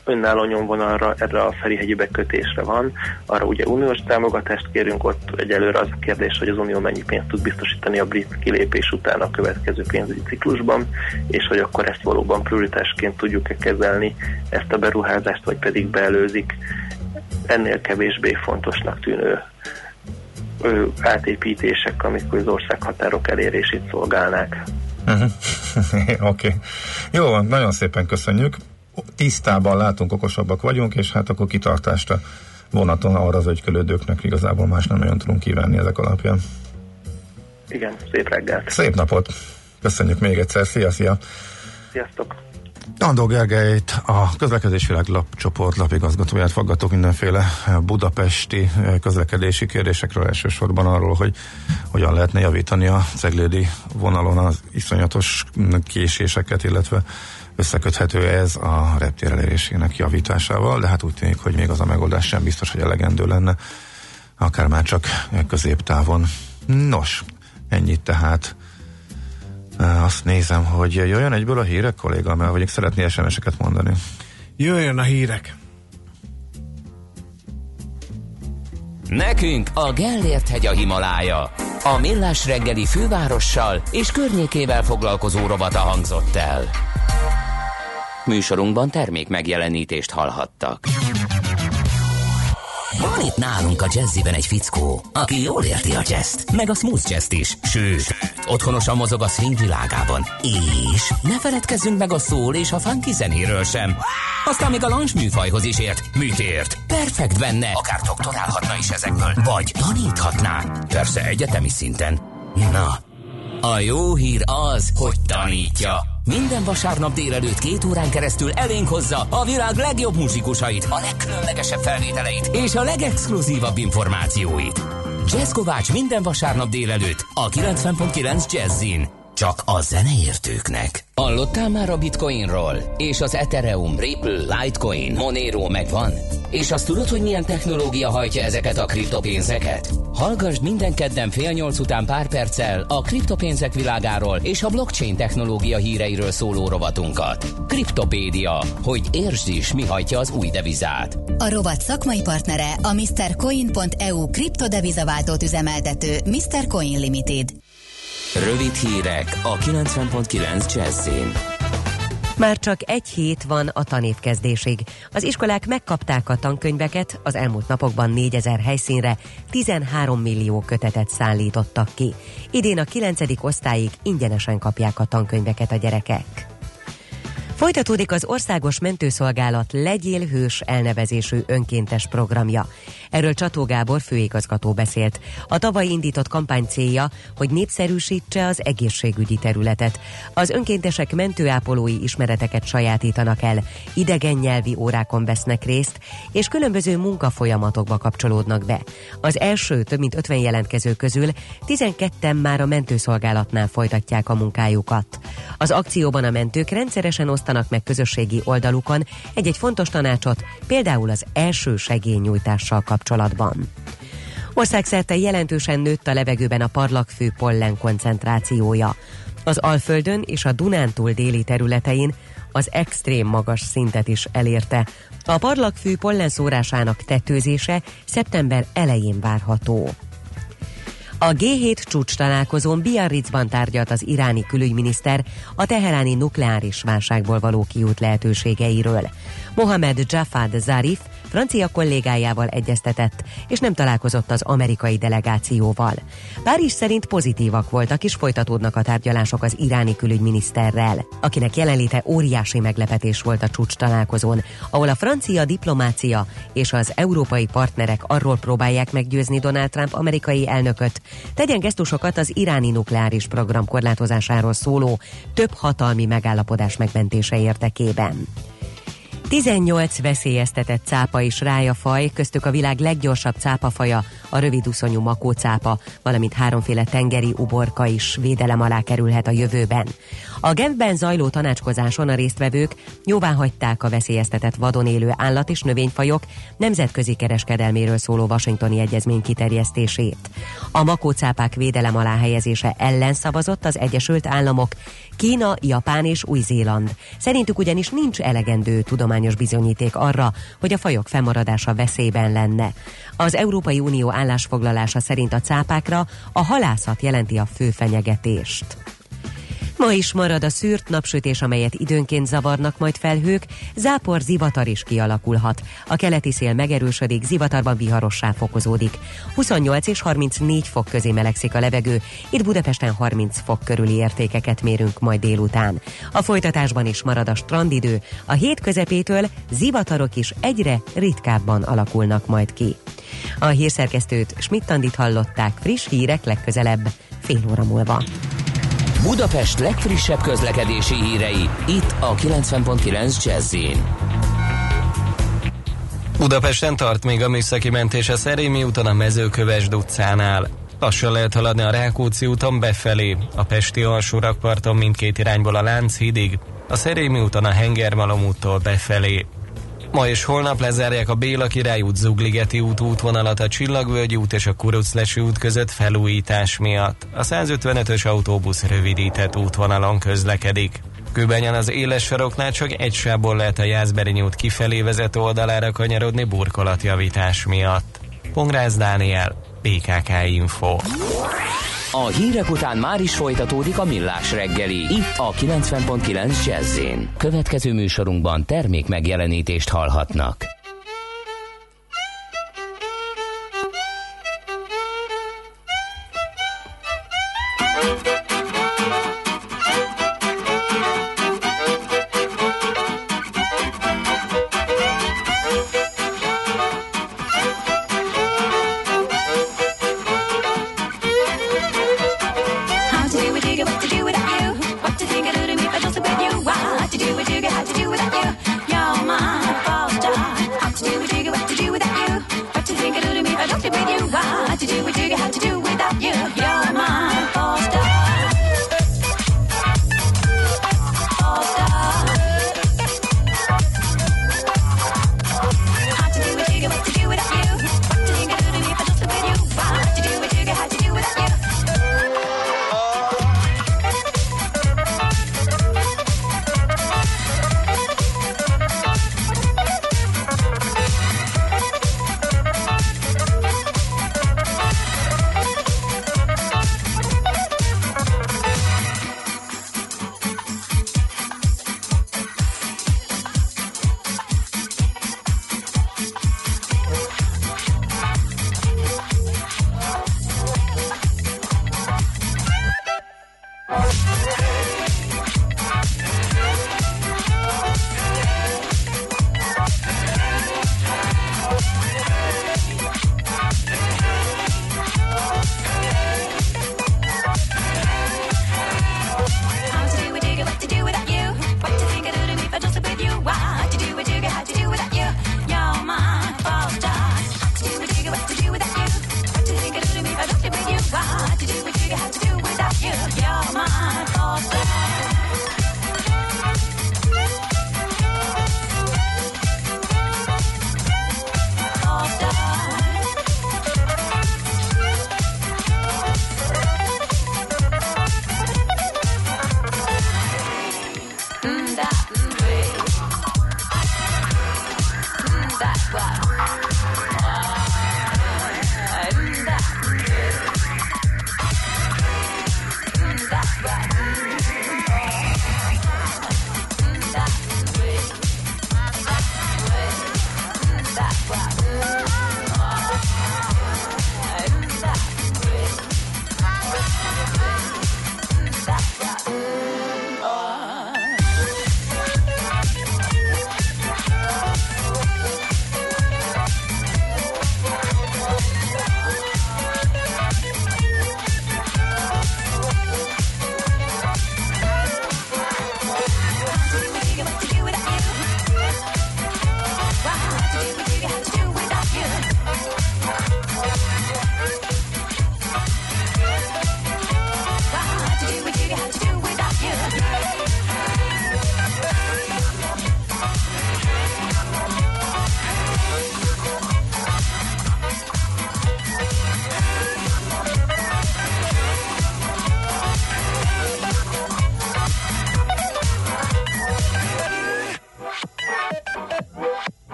önálló nyomvonalra, erre a Ferihegyi bekötésre van, arra ugye uniós támogatást kérünk, ott egyelőre az a kérdés, hogy az unió mennyi pénzt tud biztosítani a brit kilépés után a következő pénzügyi ciklusban, és hogy akkor ezt valóban prioritásként tudjuk-e kezelni ezt a beruházást, vagy pedig beelőzik ennél kevésbé fontosnak tűnő átépítések, amikor az országhatárok elérését szolgálnák. Oké. Jó, nagyon szépen köszönjük. Tisztában látunk, okosabbak vagyunk, és hát akkor kitartást a vonaton arra az ügykölődőknek igazából más nem nagyon tudunk kívánni ezek alapján. Igen, szép reggelt. Szép napot. Köszönjük még egyszer. Szia! Sziasztok! Andó Gergelyt, a Közlekedés Világ lapcsoport lapigazgatóját faggatok mindenféle budapesti közlekedési kérdésekről, elsősorban arról, hogy hogyan lehetne javítani a ceglédi vonalon az iszonyatos késéseket, illetve összeköthető ez a reptér elérésének javításával, de hát úgy tűnik, hogy még az a megoldás sem biztos, hogy elegendő lenne, akár már csak középtávon. Nos, ennyit tehát. Azt nézem, hogy jöjjön egyből a hírek, kolléga, mert vagyok szeretné SMS-eket mondani. Jöjjön a hírek! Nekünk a Gellért-hegy a Himalája. A Millás reggeli fővárossal és környékével foglalkozó rovata hangzott el. Műsorunkban termék megjelenítést hallhattak. Van itt nálunk a Jazziben egy fickó, aki jól érti a jazzt, meg a smooth jazzt is, sőt, otthonosan mozog a swing világában. És ne feledkezzünk meg a soul és a funky zenéről sem. Aztán még a lounge műfajhoz is ért. Mit ért? Perfekt benne, akár doktorálhatna is ezekből, vagy taníthatná. Persze egyetemi szinten. Na, a jó hír az, hogy tanítja. Minden vasárnap délelőtt 2 órán keresztül elénk hozza a világ legjobb muzsikusait, a legkülönlegesebb felvételeit és a legexkluzívabb információit. Jazz Kovács minden vasárnap délelőtt a 90.9 Jazzin. Csak a zeneértőknek. Hallottál már a Bitcoinról? És az Ethereum, Ripple, Litecoin, Monero megvan? És azt tudod, hogy milyen technológia hajtja ezeket a kriptopénzeket? Hallgassd minden kedden 7:30 után pár perccel a kriptopénzek világáról és a blockchain technológia híreiről szóló rovatunkat. Kriptopédia, hogy értsd is, mi hajtja az új devizát. A rovat szakmai partnere a MrCoin.eu kriptodevizaváltót üzemeltető Mr. Coin Limited. Rövid hírek a 90.9 Jazzin. Már csak egy hét van a tanévkezdésig. Az iskolák megkapták a tankönyveket, az elmúlt napokban 4000 helyszínre 13 millió kötetet szállítottak ki. Idén a 9. osztályig ingyenesen kapják a tankönyveket a gyerekek. Folytatódik az Országos Mentőszolgálat Legyél Hős elnevezésű önkéntes programja. Erről Csató Gábor főigazgató beszélt. A tavaly indított kampány célja, hogy népszerűsítse az egészségügyi területet. Az önkéntesek mentőápolói ismereteket sajátítanak el, idegen nyelvi órákon vesznek részt, és különböző munkafolyamatokba kapcsolódnak be. Az első több mint 50 jelentkező közül 12-en már a mentőszolgálatnál folytatják a munkájukat. Az akcióban a mentők rendszeresen osztanak meg közösségi oldalukon egy-egy fontos tanácsot, például az első segélynyújtással kapcsolatban. Országszerte jelentősen nőtt a levegőben a parlagfű pollen koncentrációja. Az Alföldön és a Dunántúl déli területein az extrém magas szintet is elérte. A parlagfű pollen szórásának tetőzése szeptember elején várható. A G7 csúcs találkozón Biarritzban tárgyalt az iráni külügyminiszter a teheráni nukleáris válságból való kiút lehetőségeiről. Mohamed Javad Zarif francia kollégájával egyeztetett, és nem találkozott az amerikai delegációval. Párizs szerint pozitívak voltak, és folytatódnak a tárgyalások az iráni külügyminiszterrel, akinek jelenléte óriási meglepetés volt a csúcs találkozón, ahol a francia diplomácia és az európai partnerek arról próbálják meggyőzni Donald Trump amerikai elnököt, tegyen gesztusokat az iráni nukleáris program korlátozásáról szóló több hatalmi megállapodás megmentése érdekében. 18 veszélyeztetett cápa és rájafaj, köztük a világ leggyorsabb cápafaja, a röviduszonyú makócápa, valamint 3 tengeri uborka is védelem alá kerülhet a jövőben. A Genfben zajló tanácskozáson a résztvevők jóváhagyták a veszélyeztetett vadon élő állat- és növényfajok nemzetközi kereskedelméről szóló washingtoni egyezmény kiterjesztését. A makócápák védelem alá helyezése ellen szavazott az Egyesült Államok, Kína, Japán és Új-Zéland. Szerintük ugyanis nincs elegendő tudományos tudományos bizonyíték arra, hogy a fajok fennmaradása veszélyben lenne. Az Európai Unió állásfoglalása szerint a cápákra a halászat jelenti a fő fenyegetést. Ma is marad a szűrt napsütés, amelyet időnként zavarnak majd felhők, zápor, zivatar is kialakulhat. A keleti szél megerősödik, zivatarban viharossá fokozódik. 28 és 34 fok közé melegszik a levegő, itt Budapesten 30 fok körüli értékeket mérünk majd délután. A folytatásban is marad a strandidő, a hét közepétől zivatarok is egyre ritkábban alakulnak majd ki. A hírszerkesztőt, Schmidt-Andit hallották, friss hírek legközelebb, fél óra múlva. Budapest legfrissebb közlekedési hírei, itt a 90.9 Jazz-in. Budapesten tart még a műszaki mentés a Szerémi úton a Mezőkövesd utcánál. Lassan lehet haladni a Rákóczi úton befelé, a Pesti alsórakparton mindkét irányból a Lánchídig, a Szerémi úton a Hengermalom úttól befelé. Ma és holnap lezárják a Béla Király út Zugligeti út útvonalat a Csillagvölgyi út és a Kuruclesi út között felújítás miatt. A 155-ös autóbusz rövidített útvonalon közlekedik. Kőbenyen az éles saroknál csak egy sávból lehet a Jászberényi út kifelé vezető oldalára kanyarodni burkolatjavítás miatt. Pongrász Dániel, PKK Info. A hírek után már is folytatódik a Millás reggeli, itt a 90.9 Jazz-in. Következő műsorunkban termék megjelenítést hallhatnak. What to do with you, how to do without you. You're my false star.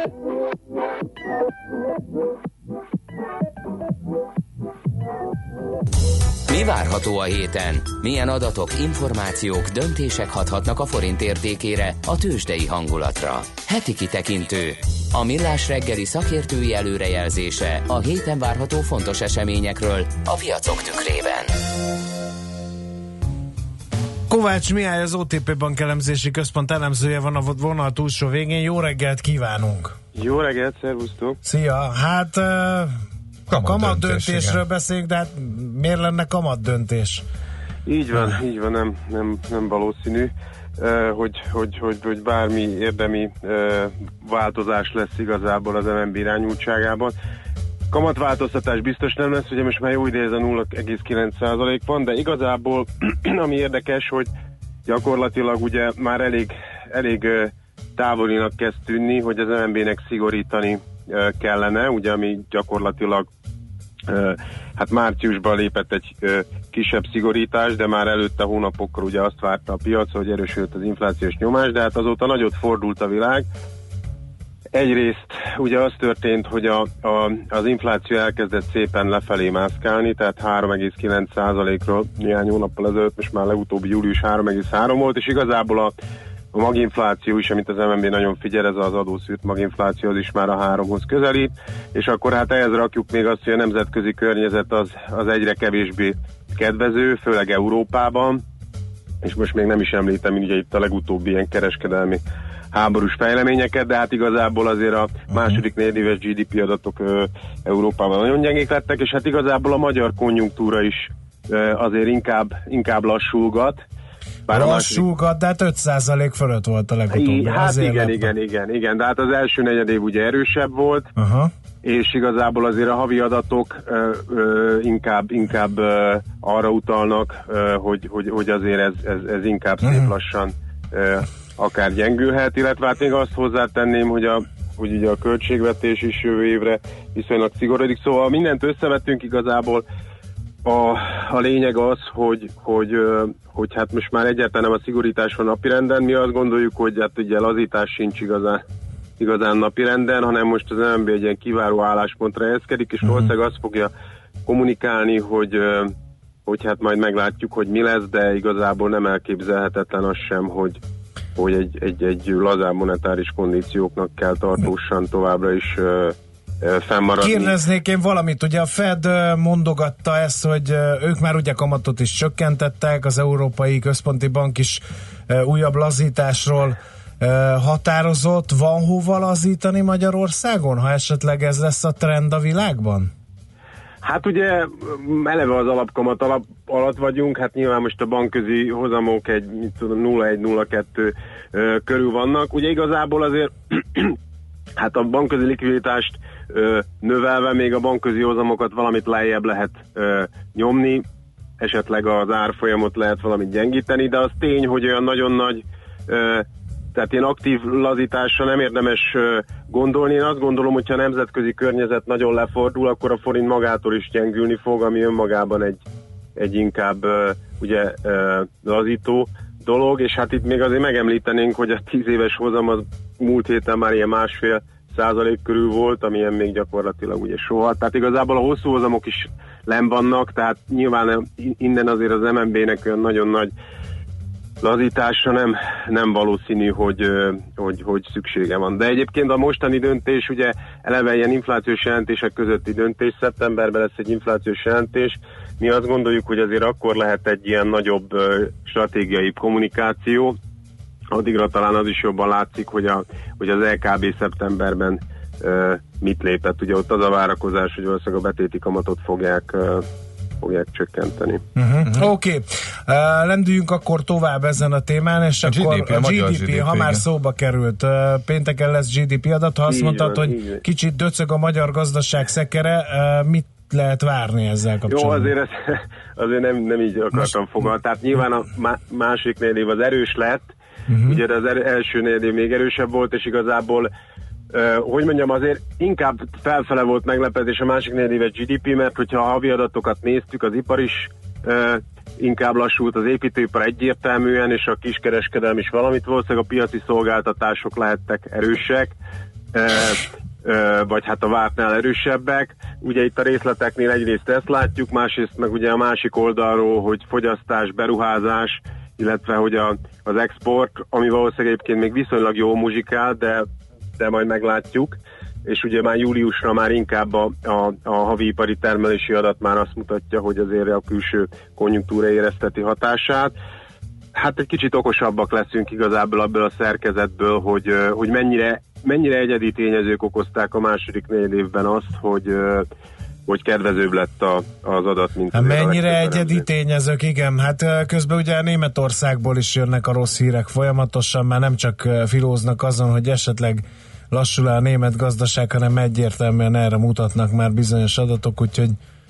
Mi várható a héten? Milyen adatok, információk, döntések hathatnak a forint értékére, a tőzsdei hangulatra? Heti kitekintő. A Millás reggeli szakértői előrejelzése a héten várható fontos eseményekről a piacok tükrében. Kovács Mihály, az OTP Bank elemzési központ elemzője van a vonal túlsó végén. Jó reggelt kívánunk! Jó reggelt, szervusztok! Szia! Hát kamat döntésről beszéljük, de hát miért lenne kamat döntés? Így van, nem valószínű, hogy bármi érdemi változás lesz igazából az MNB irányultságában. Kamatváltoztatás biztos nem lesz, ugye most már jó ideje ez a 0,9% van, de igazából ami érdekes, hogy gyakorlatilag ugye már elég távolinak kezd tűnni, hogy az MNB-nek szigorítani kellene, ugye ami gyakorlatilag hát márciusban lépett egy kisebb szigorítás, de már előtte hónapokkal ugye azt várta a piac, hogy erősödött az inflációs nyomás, de hát azóta nagyot fordult a világ. Egyrészt ugye az történt, hogy az infláció elkezdett szépen lefelé mászkálni, tehát 3,9%-ról néhány hónappal ezelőtt, most már legutóbbi július 3,3 volt, és igazából a maginfláció is, amit az MNB nagyon figyel, ez az adószűrt maginfláció, az is már a 3-hoz közelít, és akkor hát ehhez rakjuk még azt, hogy a nemzetközi környezet az egyre kevésbé kedvező, főleg Európában, és most még nem is említem ugye itt a legutóbbi ilyen kereskedelmi háborús fejleményeket, de hát igazából azért a második negyedéves GDP adatok Európában nagyon gyengék lettek, és hát igazából a magyar konjunktúra is azért inkább lassulgat. Lassulgat, de hát 5% fölött volt a legutóbbi. Hát igen, de hát az első negyedév ugye erősebb volt, és igazából azért a havi adatok inkább arra utalnak, hogy azért ez inkább szép lassan akár gyengülhet, illetve hát még azt hozzátenném, hogy ugye a költségvetés is jövő évre viszonylag szigorúdik, szóval mindent összevettünk igazából. A lényeg az, hogy hát most már egyáltalán nem a szigorítás van napirenden, mi azt gondoljuk, hogy hát ugye lazítás sincs igazán napirenden, hanem most az MNB egy ilyen kiváró álláspontra helyezkedik, és valószínűleg azt fogja kommunikálni, hogy hát majd meglátjuk, hogy mi lesz, de igazából nem elképzelhetetlen az sem, hogy egy lazább monetáris kondícióknak kell tartósan továbbra is fennmaradni. Kérdeznék én valamit, ugye a Fed mondogatta ezt, hogy ők már ugye kamatot is csökkentettek, az Európai Központi Bank is újabb lazításról határozott. Van hova lazítani Magyarországon, ha esetleg ez lesz a trend a világban? Hát ugye eleve az alapkamat alatt vagyunk, hát nyilván most a bankközi hozamok egy 0,1-0,2 körül vannak. Ugye igazából azért hát a bankközi likviditást növelve még a bankközi hozamokat valamit lejjebb lehet nyomni, esetleg az árfolyamot lehet valamit gyengíteni, de az tény, hogy olyan nagyon nagy, tehát ilyen aktív lazításra nem érdemes gondolni. Én azt gondolom, hogyha a nemzetközi környezet nagyon lefordul, akkor a forint magától is gyengülni fog, ami önmagában egy inkább ugye lazító dolog, és hát itt még azért megemlítenénk, hogy a 10 éves hozam az múlt héten már ilyen 1,5% körül volt, amilyen még gyakorlatilag ugye soha. Tehát igazából a hosszú hozamok is lenn vannak, tehát nyilván innen azért az MNB-nek olyan nagyon nagy lazításra nem valószínű, hogy szüksége van. De egyébként a mostani döntés, ugye eleve ilyen inflációs jelentések közötti döntés, szeptemberben lesz egy inflációs jelentés. Mi azt gondoljuk, hogy azért akkor lehet egy ilyen nagyobb stratégiai kommunikáció. Addigra talán az is jobban látszik, hogy az LKB szeptemberben mit lépett. Ugye ott az a várakozás, hogy valószínűleg a betéti kamatot fogják csökkenteni. Oké. Lendüljünk akkor tovább ezen a témán, és akkor a GDP, ha már szóba került. Pénteken lesz GDP adat, ha azt mondtad, hogy kicsit döcög a magyar gazdaság szekere, mit lehet várni ezzel kapcsolatban? Jó, azért nem így akartam fogalmazni. Tehát nyilván a másik negyedév az erős lett, ugye az első negyedév még erősebb volt, és igazából hogy mondjam, azért inkább felfele volt meglepetés a másik negyedéves GDP, mert hogyha a havi adatokat néztük, az ipar is inkább lassult, az építőipar egyértelműen, és a kiskereskedelem is valamit, valószínűleg a piaci szolgáltatások lehettek erősek, vagy hát a vártnál erősebbek. Ugye itt a részleteknél egyrészt ezt látjuk, másrészt meg ugye a másik oldalról, hogy fogyasztás, beruházás, illetve hogy az export, ami valószínűleg egyébként még viszonylag jó muzsikál, de majd meglátjuk. És ugye már júliusra már inkább a havi ipari termelési adat már azt mutatja, hogy azért a külső konjunktúra érezteti hatását. Hát egy kicsit okosabbak leszünk igazából abból a szerkezetből, hogy mennyire egyedi tényezők okozták a második negyedévben azt, hogy kedvezőbb lett az adat, mint mennyire egyedi tényezők, igen. Hát közben ugye Németországból is jönnek a rossz hírek folyamatosan, már nem csak filóznak azon, hogy esetleg lassul a német gazdaság, hanem egyértelműen erre mutatnak már bizonyos adatok, úgyhogy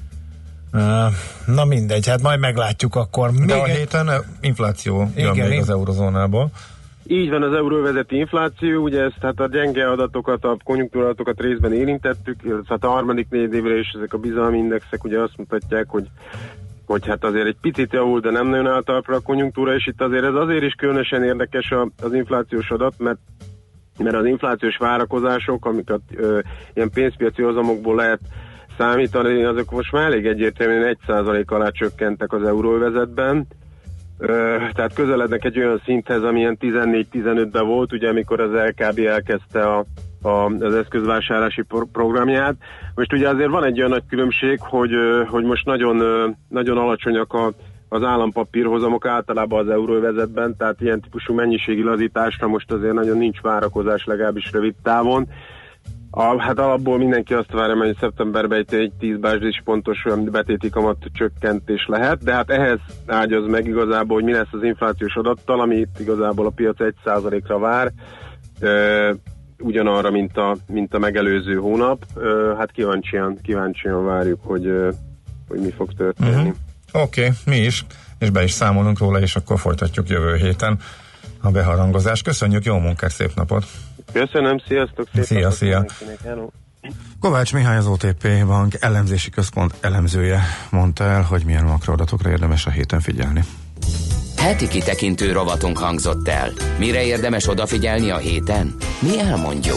na mindegy, hát majd meglátjuk akkor. De a héten infláció jön még az eurozónából. Így van, az euróvezeti infláció, ugye ezt hát a gyenge adatokat, a konjunktúra adatokat részben érintettük, hát a harmadik negyedévre is ezek a bizalmi indexek ugye azt mutatják, hogy hát azért egy picit javul, de nem nagyon állt talpra a konjunktúra, és itt azért ez azért is különösen érdekes az inflációs adat, mert az inflációs várakozások, amiket ilyen pénzpiaci hozamokból lehet számítani, azok most már elég egyértelműen 1% alá csökkentek az euróövezetben, tehát közelednek egy olyan szinthez, amilyen 14-15-ben volt, ugye amikor az LKB elkezdte az eszközvásárlási programját. Most ugye azért van egy olyan nagy különbség, hogy most nagyon, nagyon alacsonyak az állampapírhozamok általában az euróövezetben, tehát ilyen típusú mennyiségi lazításra most azért nagyon nincs várakozás, legalábbis rövid távon. Hát alapból mindenki azt várja, hogy szeptemberben egy 10 bázispontos betéti kamat csökkentés lehet, de hát ehhez ágyaz meg igazából, hogy mi lesz az inflációs adattal, ami itt igazából a piac 1%-ra vár, ugyanarra, mint a megelőző hónap. Hát kíváncsian várjuk, hogy mi fog történni. Oké, mi is, és be is számolunk róla, és akkor folytatjuk jövő héten a beharangozást. Köszönjük, jó munkát, szép napot! Köszönöm, sziasztok! Szia! Kovács Mihály, az OTP Bank elemzési központ elemzője mondta el, hogy milyen makroadatokra érdemes a héten figyelni. Heti kitekintő rovatunk hangzott el. Mire érdemes odafigyelni a héten? Mi elmondjuk.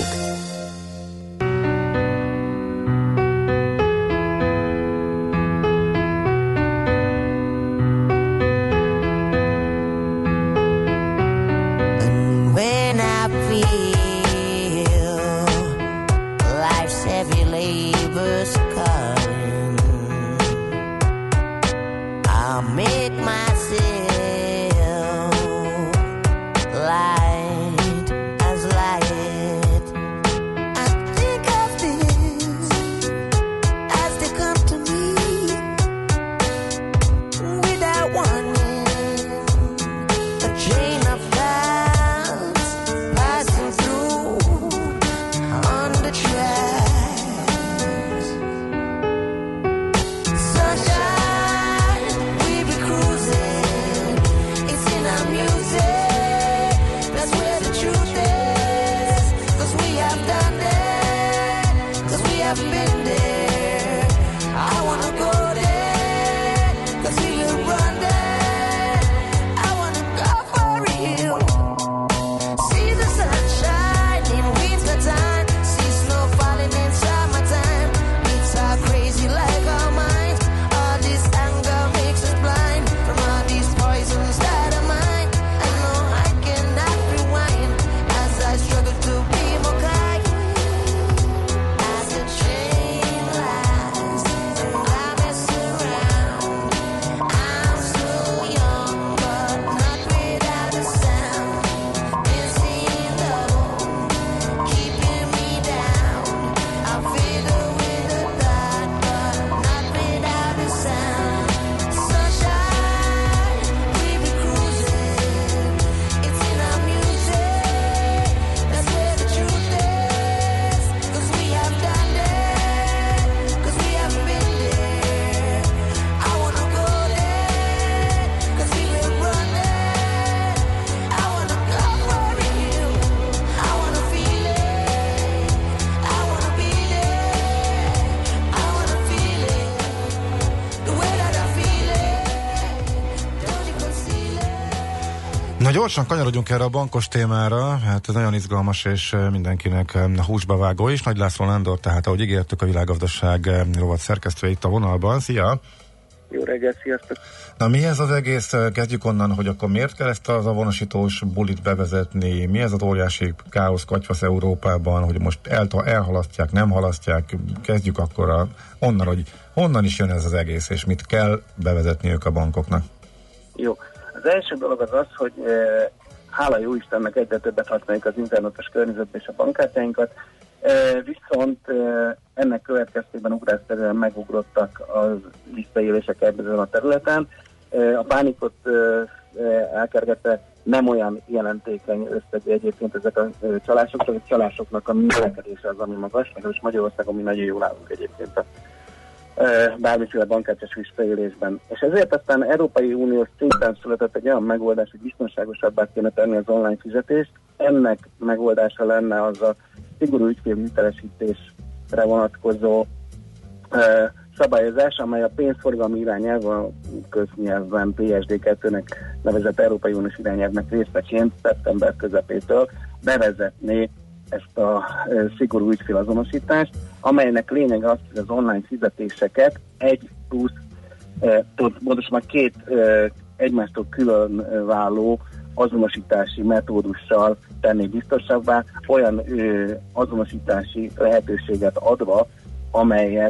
gyorsan kanyarodjunk erre a bankos témára, hát ez nagyon izgalmas és mindenkinek húsba vágó is. Nagy László Nándor, tehát ahogy ígértük, a Világgazdaság rovat szerkesztője itt a vonalban. Szia! Jó reggelt, sziasztok! Na mi ez az egész? Kezdjük onnan, hogy akkor miért kell ezt az avonosítós bulit bevezetni? Mi ez az óriási káosz katyvasz Európában, hogy most elhalasztják, nem halasztják? Kezdjük akkor onnan, hogy honnan is jön ez az egész, és mit kell bevezetniük a bankoknak? Jó. Az első dolog az az, hogy hála jó Istennek egyre többet használjuk az internetes környezetben és a bankkártyáinkat, viszont ennek következtében ugrásszerűen megugrottak az visszaélések ezen a területen. A pánikot elkergetve nem olyan jelentékeny összegű egyébként ezek a csalások, csak a csalásoknak a növekedése az, ami magas, meg most Magyarországon mi nagyon jól állunk egyébként a bármiféle bankkártyás visszaélésben. És ezért aztán Európai Uniós szinten született egy olyan megoldás, hogy biztonságosabbá kéne tenni az online fizetést. Ennek megoldása lenne az a szigorú ügyfélhitelesítésre vonatkozó szabályozás, amely a pénzforgalmi irányelv, a köznyelvben PSD2-nek nevezett Európai Uniós irányelvnek részeként szeptember közepétől bevezetné ezt a szigorú ügyfélazonosítást, amelynek lényege az, hogy az online fizetéseket egy plusz, pontosan két egymástól különváló azonosítási metódussal tenni biztosabbá, olyan azonosítási lehetőséget adva, amelyet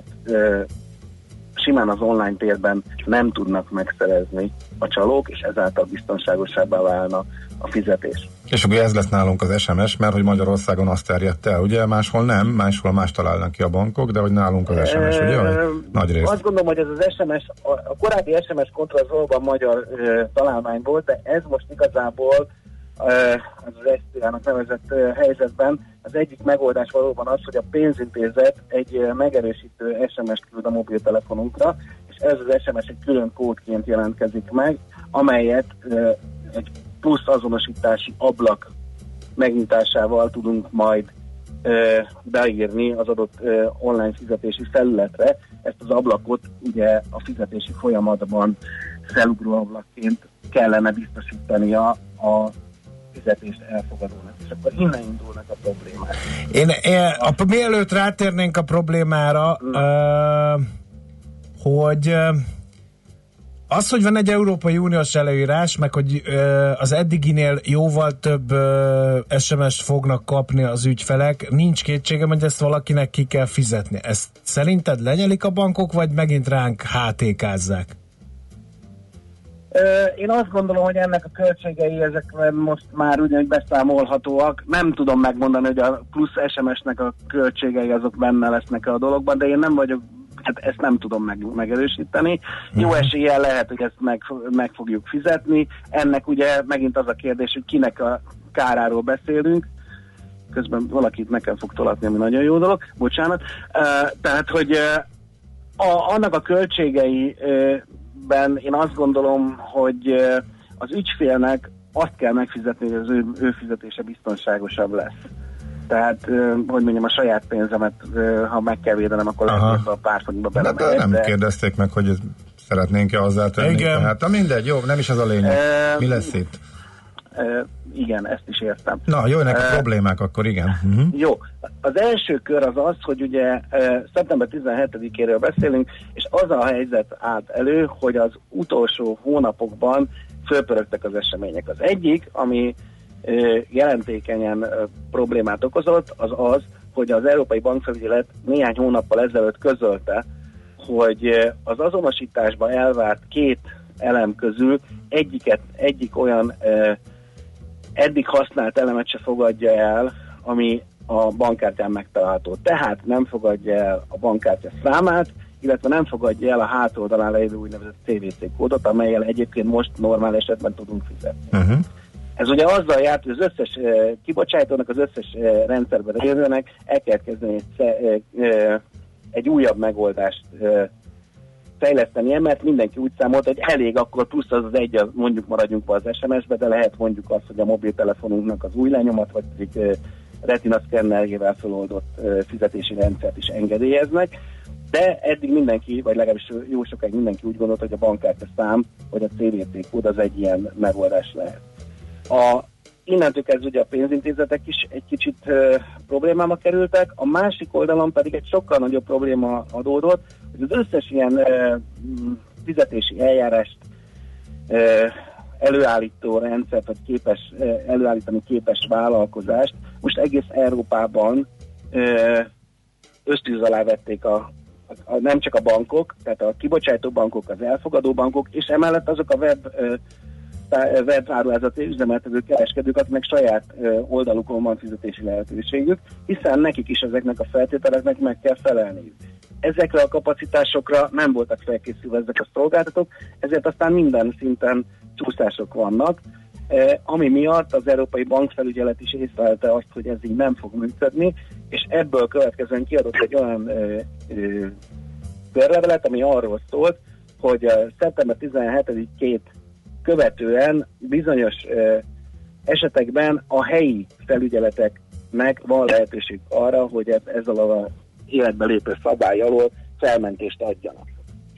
simán az online térben nem tudnak megszerezni a csalók, és ezáltal biztonságosabbá válna a fizetés. És akkor ez lesz nálunk az SMS, mert hogy Magyarországon azt terjedt el, ugye? Máshol nem, máshol más találnak ki a bankok, de hogy nálunk az SMS, ugye? Nagy rész. Azt gondolom, hogy ez az SMS, a korábbi SMS kontra az valóban magyar találmány volt, de ez most igazából az SZIA-nak nevezett helyzetben az egyik megoldás valóban az, hogy a pénzintézet egy megerősítő SMS-t küld a mobiltelefonunkra, és ez az SMS egy külön kódként jelentkezik meg, amelyet egy plusz azonosítási ablak megnyitásával tudunk majd beírni az adott online fizetési felületre. Ezt az ablakot ugye a fizetési folyamatban felugró ablakként kellene biztosítania a fizetést elfogadónak, és akkor innen indulnak a problémák. Mielőtt rátérnénk a problémára, hogy az, hogy van egy Európai Uniós előírás, meg hogy az eddiginél jóval több SMS-t fognak kapni az ügyfelek, nincs kétségem, hogy ezt valakinek ki kell fizetni. Ezt szerinted lenyelik a bankok, vagy megint ránk HT-kázzák? Én azt gondolom, hogy ennek a költségei ezek most már ugyanúgy beszámolhatóak. Nem tudom megmondani, hogy a plusz SMS-nek a költségei azok benne lesznek a dologban, de én nem vagyok, hát ezt nem tudom megerősíteni. Jó eséllyel lehet, hogy ezt meg fogjuk fizetni. Ennek ugye megint az a kérdés, hogy kinek a káráról beszélünk. Közben valakit nekem fog tolatni, ami nagyon jó dolog. Bocsánat. Tehát, hogy annak a költségei én azt gondolom, hogy az ügyfélnek azt kell megfizetni, hogy az ő fizetése biztonságosabb lesz. Tehát, hogy mondjam, a saját pénzemet, ha meg kell védenem, akkor lehet, a pártfogba belemegyek. Nem kérdezték meg, hogy szeretnénk-e hozzátenni. Igen. Tehát, mindegy, jó, nem is ez a lényeg. Mi lesz itt? Igen, ezt is értem. Na, jönnek a problémák, akkor igen. Jó. Az első kör az az, hogy ugye szeptember 17-éről beszélünk, és az a helyzet állt elő, hogy az utolsó hónapokban fölpörögtek az események. Az egyik, ami jelentékenyen problémát okozott, az az, hogy az Európai Bankfelügyelet néhány hónappal ezelőtt közölte, hogy az azonosításban elvárt két elem közül egyik olyan eddig használt elemet se fogadja el, ami a bankkártyán megtalálható. Tehát nem fogadja el a bankkártya számát, illetve nem fogadja el a hátoldalán lévő úgynevezett CVC kódot, amellyel egyébként most normál esetben tudunk fizetni. Ez ugye azzal járt, hogy az összes kibocsátónak, az összes rendszerben lévőnek el kell kezdeni egy újabb megoldást fejleszteni, mert mindenki úgy számolt, hogy elég akkor plusz az egy, mondjuk maradjunk be az SMS-be, de lehet mondjuk azt, hogy a mobiltelefonunknak az új lenyomat, vagy pedig retina szkennerjével feloldott fizetési rendszert is engedélyeznek, de eddig mindenki, vagy legalábbis jó sokáig mindenki úgy gondolt, hogy a bankkártya szám, vagy a CVC kód az egy ilyen megoldás lehet. Innentől kezdve ugye a pénzintézetek is egy kicsit problémába kerültek, a másik oldalon pedig egy sokkal nagyobb probléma adódott, hogy az összes ilyen fizetési eljárást előállító rendszert, vagy előállítani képes vállalkozást most egész Európában ösztűz alá vették nem csak a bankok, tehát a kibocsátó bankok, az elfogadó bankok, és emellett azok a webáruházati üzemeltető kereskedők, akiknek saját oldalukon van fizetési lehetőségük, hiszen nekik is ezeknek a feltételeknek meg kell felelniük. Ezekre a kapacitásokra nem voltak felkészülve ezek a szolgáltatók, ezért aztán minden szinten csúszások vannak, ami miatt az Európai Bankfelügyelet is észlelte azt, hogy ez így nem fog működni, és ebből következően kiadott egy olyan törlevelet, ami arról szólt, hogy szeptember 17-ét követően bizonyos esetekben a helyi felügyeleteknek van lehetőség arra, hogy ez a életbe lépő szabály alól felmentést adjanak.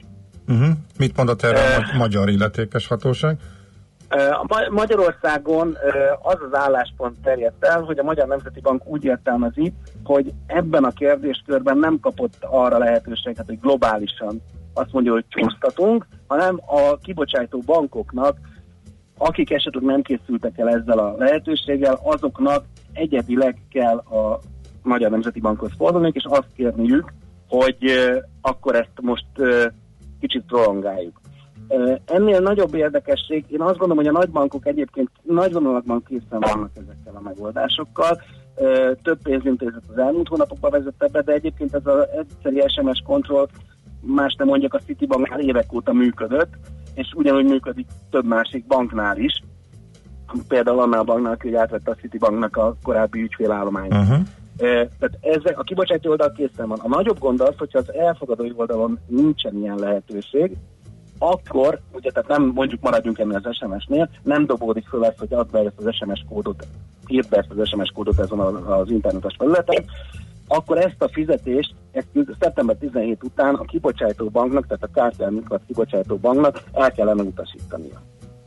Mit mondott erre a magyar illetékes hatóság? Magyarországon az az álláspont terjedt el, hogy a Magyar Nemzeti Bank úgy értelmezi, hogy ebben a kérdéskörben nem kapott arra lehetőséget, hogy globálisan azt mondja, hogy csúsztatunk, hanem a kibocsátó bankoknak, akik esetleg nem készültek el ezzel a lehetőséggel, azoknak egyedileg kell a Magyar Nemzeti Bankhoz fordulni, és azt kérniük, hogy akkor ezt most kicsit prolongáljuk. Ennél nagyobb érdekesség, én azt gondolom, hogy a nagybankok egyébként nagy vonalakban készen vannak ezekkel a megoldásokkal. Több pénzintézet az elmúlt hónapokban vezette be, de egyébként ez az egyszeri SMS kontroll, más nem mondjak, a Citibank már évek óta működött, és ugyanúgy működik több másik banknál is. Például annál a banknál, hogy átvette a Citibanknak a korábbi ügyfélállományát. Tehát a kibocsátó oldal készen van. A nagyobb gond az, hogyha az elfogadói oldalon nincsen ilyen lehetőség, akkor, ugye, tehát nem mondjuk maradjunk ennél az SMS-nél, nem dobódik föl ezt, hogy add be ezt az SMS kódot, írd be ezt az SMS kódot ezen az internetes felületen, akkor ezt a fizetést szeptember 17 után a kibocsátó banknak, tehát a kártyámikat kibocsátó banknak el kellene utasítania.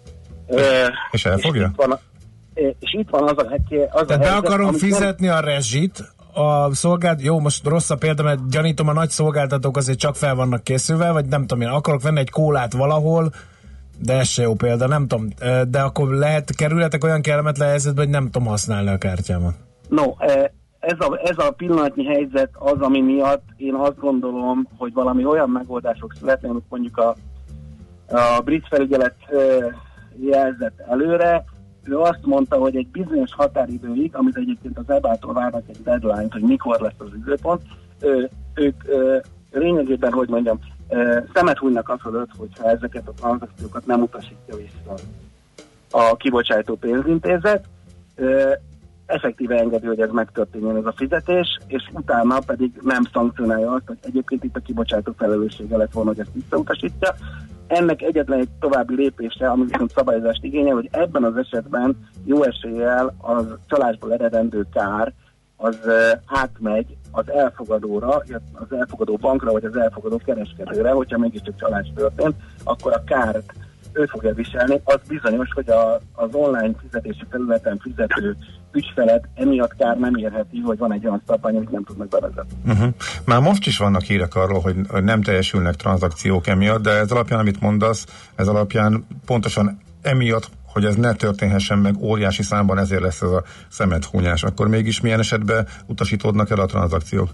És elfogja? És itt van az a helyzet... Tehát be akarom fizetni a rezsit, a jó, most rossz a példa, mert gyanítom, a nagy szolgáltatók azért csak fel vannak készülve, vagy nem tudom én, akarok venni egy kólát valahol, de ez se jó példa, nem tudom, de akkor kerülhetek olyan kellemetlen helyzetbe, hogy nem tudom használni a kártyámat. No, ez a pillanatnyi helyzet az, ami miatt én azt gondolom, hogy valami olyan megoldások születnek, amit mondjuk a brit felügyelet jelzett előre. Ő azt mondta, hogy egy bizonyos határidőig, amit egyébként az EBA-tól várnak egy deadline-t, hogy mikor lesz az időpont, ők lényegében, hogy mondjam, szemet hunynak az fölött, hogyha ezeket a tranzakciókat nem utasítja vissza a kibocsátó pénzintézet, effektíve engedi, hogy ez megtörténjen ez a fizetés, és utána pedig nem szankcionálja azt, hogy egyébként itt a kibocsátó felelőssége lett volna, hogy ezt visszautasítja. Ennek egyetlen egy további lépése, ami viszont szabályozást igényel, hogy ebben az esetben jó eséllyel az csalásból eredendő kár az átmegy az elfogadóra, az elfogadó bankra, vagy az elfogadó kereskedőre, hogyha mégiscsak csalás történt, akkor a kárt ő fogja viselni. Az bizonyos, hogy az online fizetési felületen fizető ügyfelet emiatt kár nem érheti, hogy van egy olyan szabály, amit nem tudnak bevezetni. Már most is vannak hírek arról, hogy nem teljesülnek tranzakciók emiatt, de ez alapján, amit mondasz, ez alapján pontosan emiatt, hogy ez ne történhessen meg óriási számban, ezért lesz ez a szemethúnyás. Akkor mégis milyen esetben utasítódnak el a tranzakciók?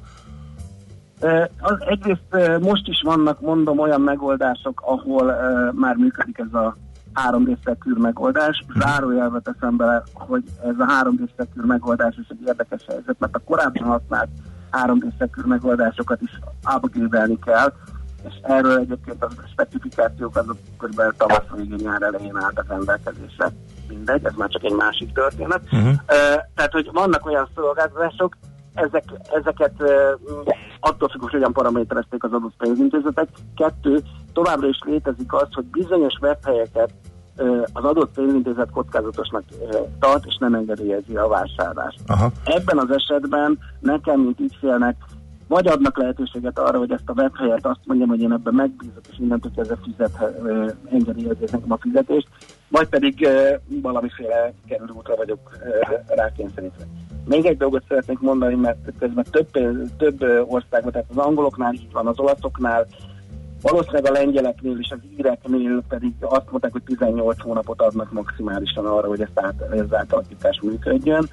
Egyrészt most is vannak, mondom, olyan megoldások, ahol már működik ez a 3 részletűr megoldás. Zárójelbe teszem bele, hogy ez a 3 részletűr megoldás is egy érdekes helyzet, mert a korábban használt 3 részletűr megoldásokat is upgrade-elni kell, és erről egyébként a specifikációk azok kb. Tavasz végén, nyár elején álltak rendelkezésre. Mindegy, ez már csak egy másik történet. Tehát, hogy vannak olyan szolgáltatások, ezeket attól függ, hogy hogyan paraméterezték az adott pénzintézetek. 2, továbbra is létezik az, hogy bizonyos webhelyeket az adott pénzintézet kockázatosnak tart, és nem engedélyezi a vásárlást. Ebben az esetben nekem, mint ügyfélnek, vagy adnak lehetőséget arra, hogy ezt a webhelyet azt mondjam, hogy én ebben megbízok, és innentől kezdve engedélyezzék nekem a fizetést, vagy pedig valamiféle kerülőútra vagyok rákényszerítve. Még egy dolgot szeretnék mondani, mert közben több országban, tehát az angoloknál így van, az olaszoknál, valószínűleg a lengyeleknél és az íreknél pedig azt mondták, hogy 18 hónapot adnak maximálisan arra, hogy ez az átalakítás működjön.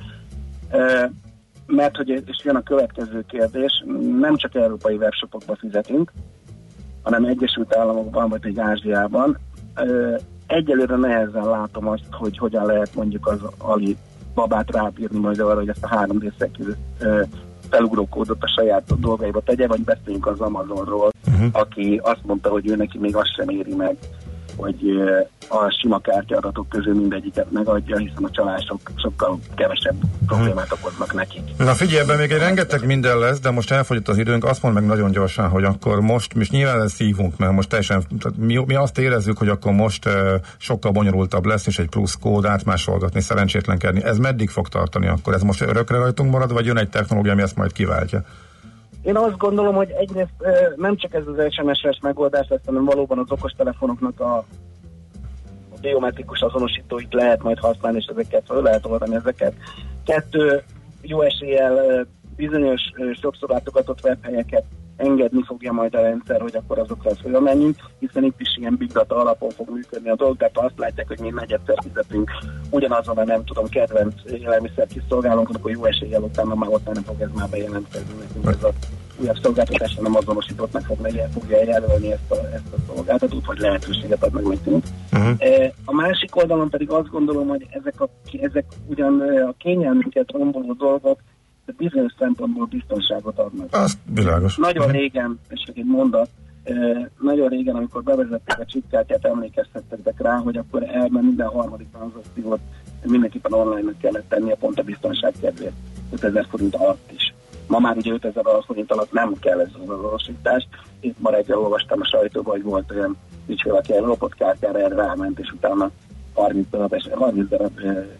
Mert hogy, és jön a következő kérdés, nem csak európai webshopokba fizetünk, hanem Egyesült Államokban, vagy egy Ázsiában. Egyelőre nehezen látom azt, hogy hogyan lehet mondjuk az Alibabát rábírni majd arra, hogy ezt a 3D-szekű felugrókódot a saját dolgaiba tegye, vagy beszéljünk az Amazonról, aki azt mondta, hogy ő neki még azt sem éri meg, hogy a sima kártyadatok közül mindegyiket megadja, hiszen a csalások sokkal kevesebb problémát okoznak nekik. Na figyelj, ebben még egy rengeteg minden lesz, de most elfogyott az időnk, azt mondd meg nagyon gyorsan, hogy akkor most nyilván szívunk, mert most teljesen, mi azt érezzük, hogy akkor most sokkal bonyolultabb lesz, és egy plusz kód átmásolgatni, szerencsétlenkedni. Ez meddig fog tartani akkor? Ez most örökre rajtunk marad, vagy jön egy technológia, ami ezt majd kiváltja? Én azt gondolom, hogy egyrészt nem csak ez az SMS-es megoldás lesz, hanem valóban az okostelefonoknak a biometrikus azonosítóit lehet majd használni, és ezeket fel lehet oldani ezeket. 2, jó eséllyel bizonyos sokszor látogatott webhelyeket engedni fogja majd a rendszer, hogy akkor azokra fölmenjünk, hiszen itt is ilyen big data alapon fog működni a dolog, tehát azt látják, hogy mi negyedszer fizetünk ugyanazon a nem tudom, kedvenc élelmiszer kiszolgálónk, akkor jó eséllyel utána már ott nem fog ez már bejelentkezni nekünk, ez a újabb szolgáltatásra nem azonosítottnak fogja jelölni ezt a szolgáltatót, vagy lehetőséget ad meg nekünk. A másik oldalon pedig azt gondolom, hogy ezek ugyan a kényelmünket romboló dolgok, de bizonyos szempontból biztonságot adnak. Az világos. Nagyon régen, és egy mondat, nagyon régen, amikor bevezették a chipkártyát, emlékeztettek rá, hogy akkor elben minden harmadik tranzakciót mindenképpen online-nak kellett tennie pont a biztonság kedvéért, 5000 forint alatt is. Ma már ugye 5000 forint alatt nem kell ez az azonosítás. Itt ma reggel olvastam a sajtóban, hogy volt olyan ügyfél, aki egy lopott kártyára erre ráment, és utána 30 darab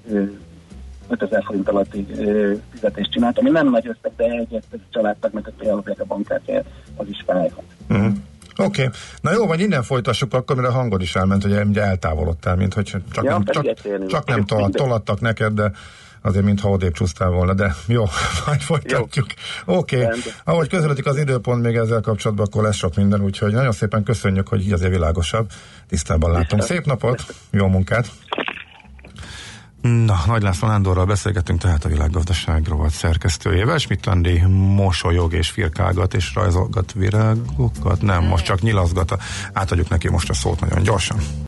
5000 forint alatti fizetést csinált, ami nem nagy összeg, de egy családtagnak, hogy ellopják a bankkártyáját, az is fájhat. Oké. Na jó, majd innen folytassuk akkor, mert a hangod is elment, hogy eltávolodtál, mint hogy csak nem tolattak neked, de azért mintha odébb csúsztál volna, de jó, majd folytatjuk. Oké. Ahogy közeledik az időpont még ezzel kapcsolatban, akkor lesz sok minden, úgyhogy nagyon szépen köszönjük, hogy így azért világosabb, tisztában látunk. Szép napot, jó munkát! Na, Nagy László Nándorral beszélgetünk, tehát a Világgazdaság rovat szerkesztőjével. Schmidt Andi mosolyog és firkálgat és rajzolgat virágokat, nem, most csak nyilazgat. Átadjuk neki most a szót nagyon gyorsan.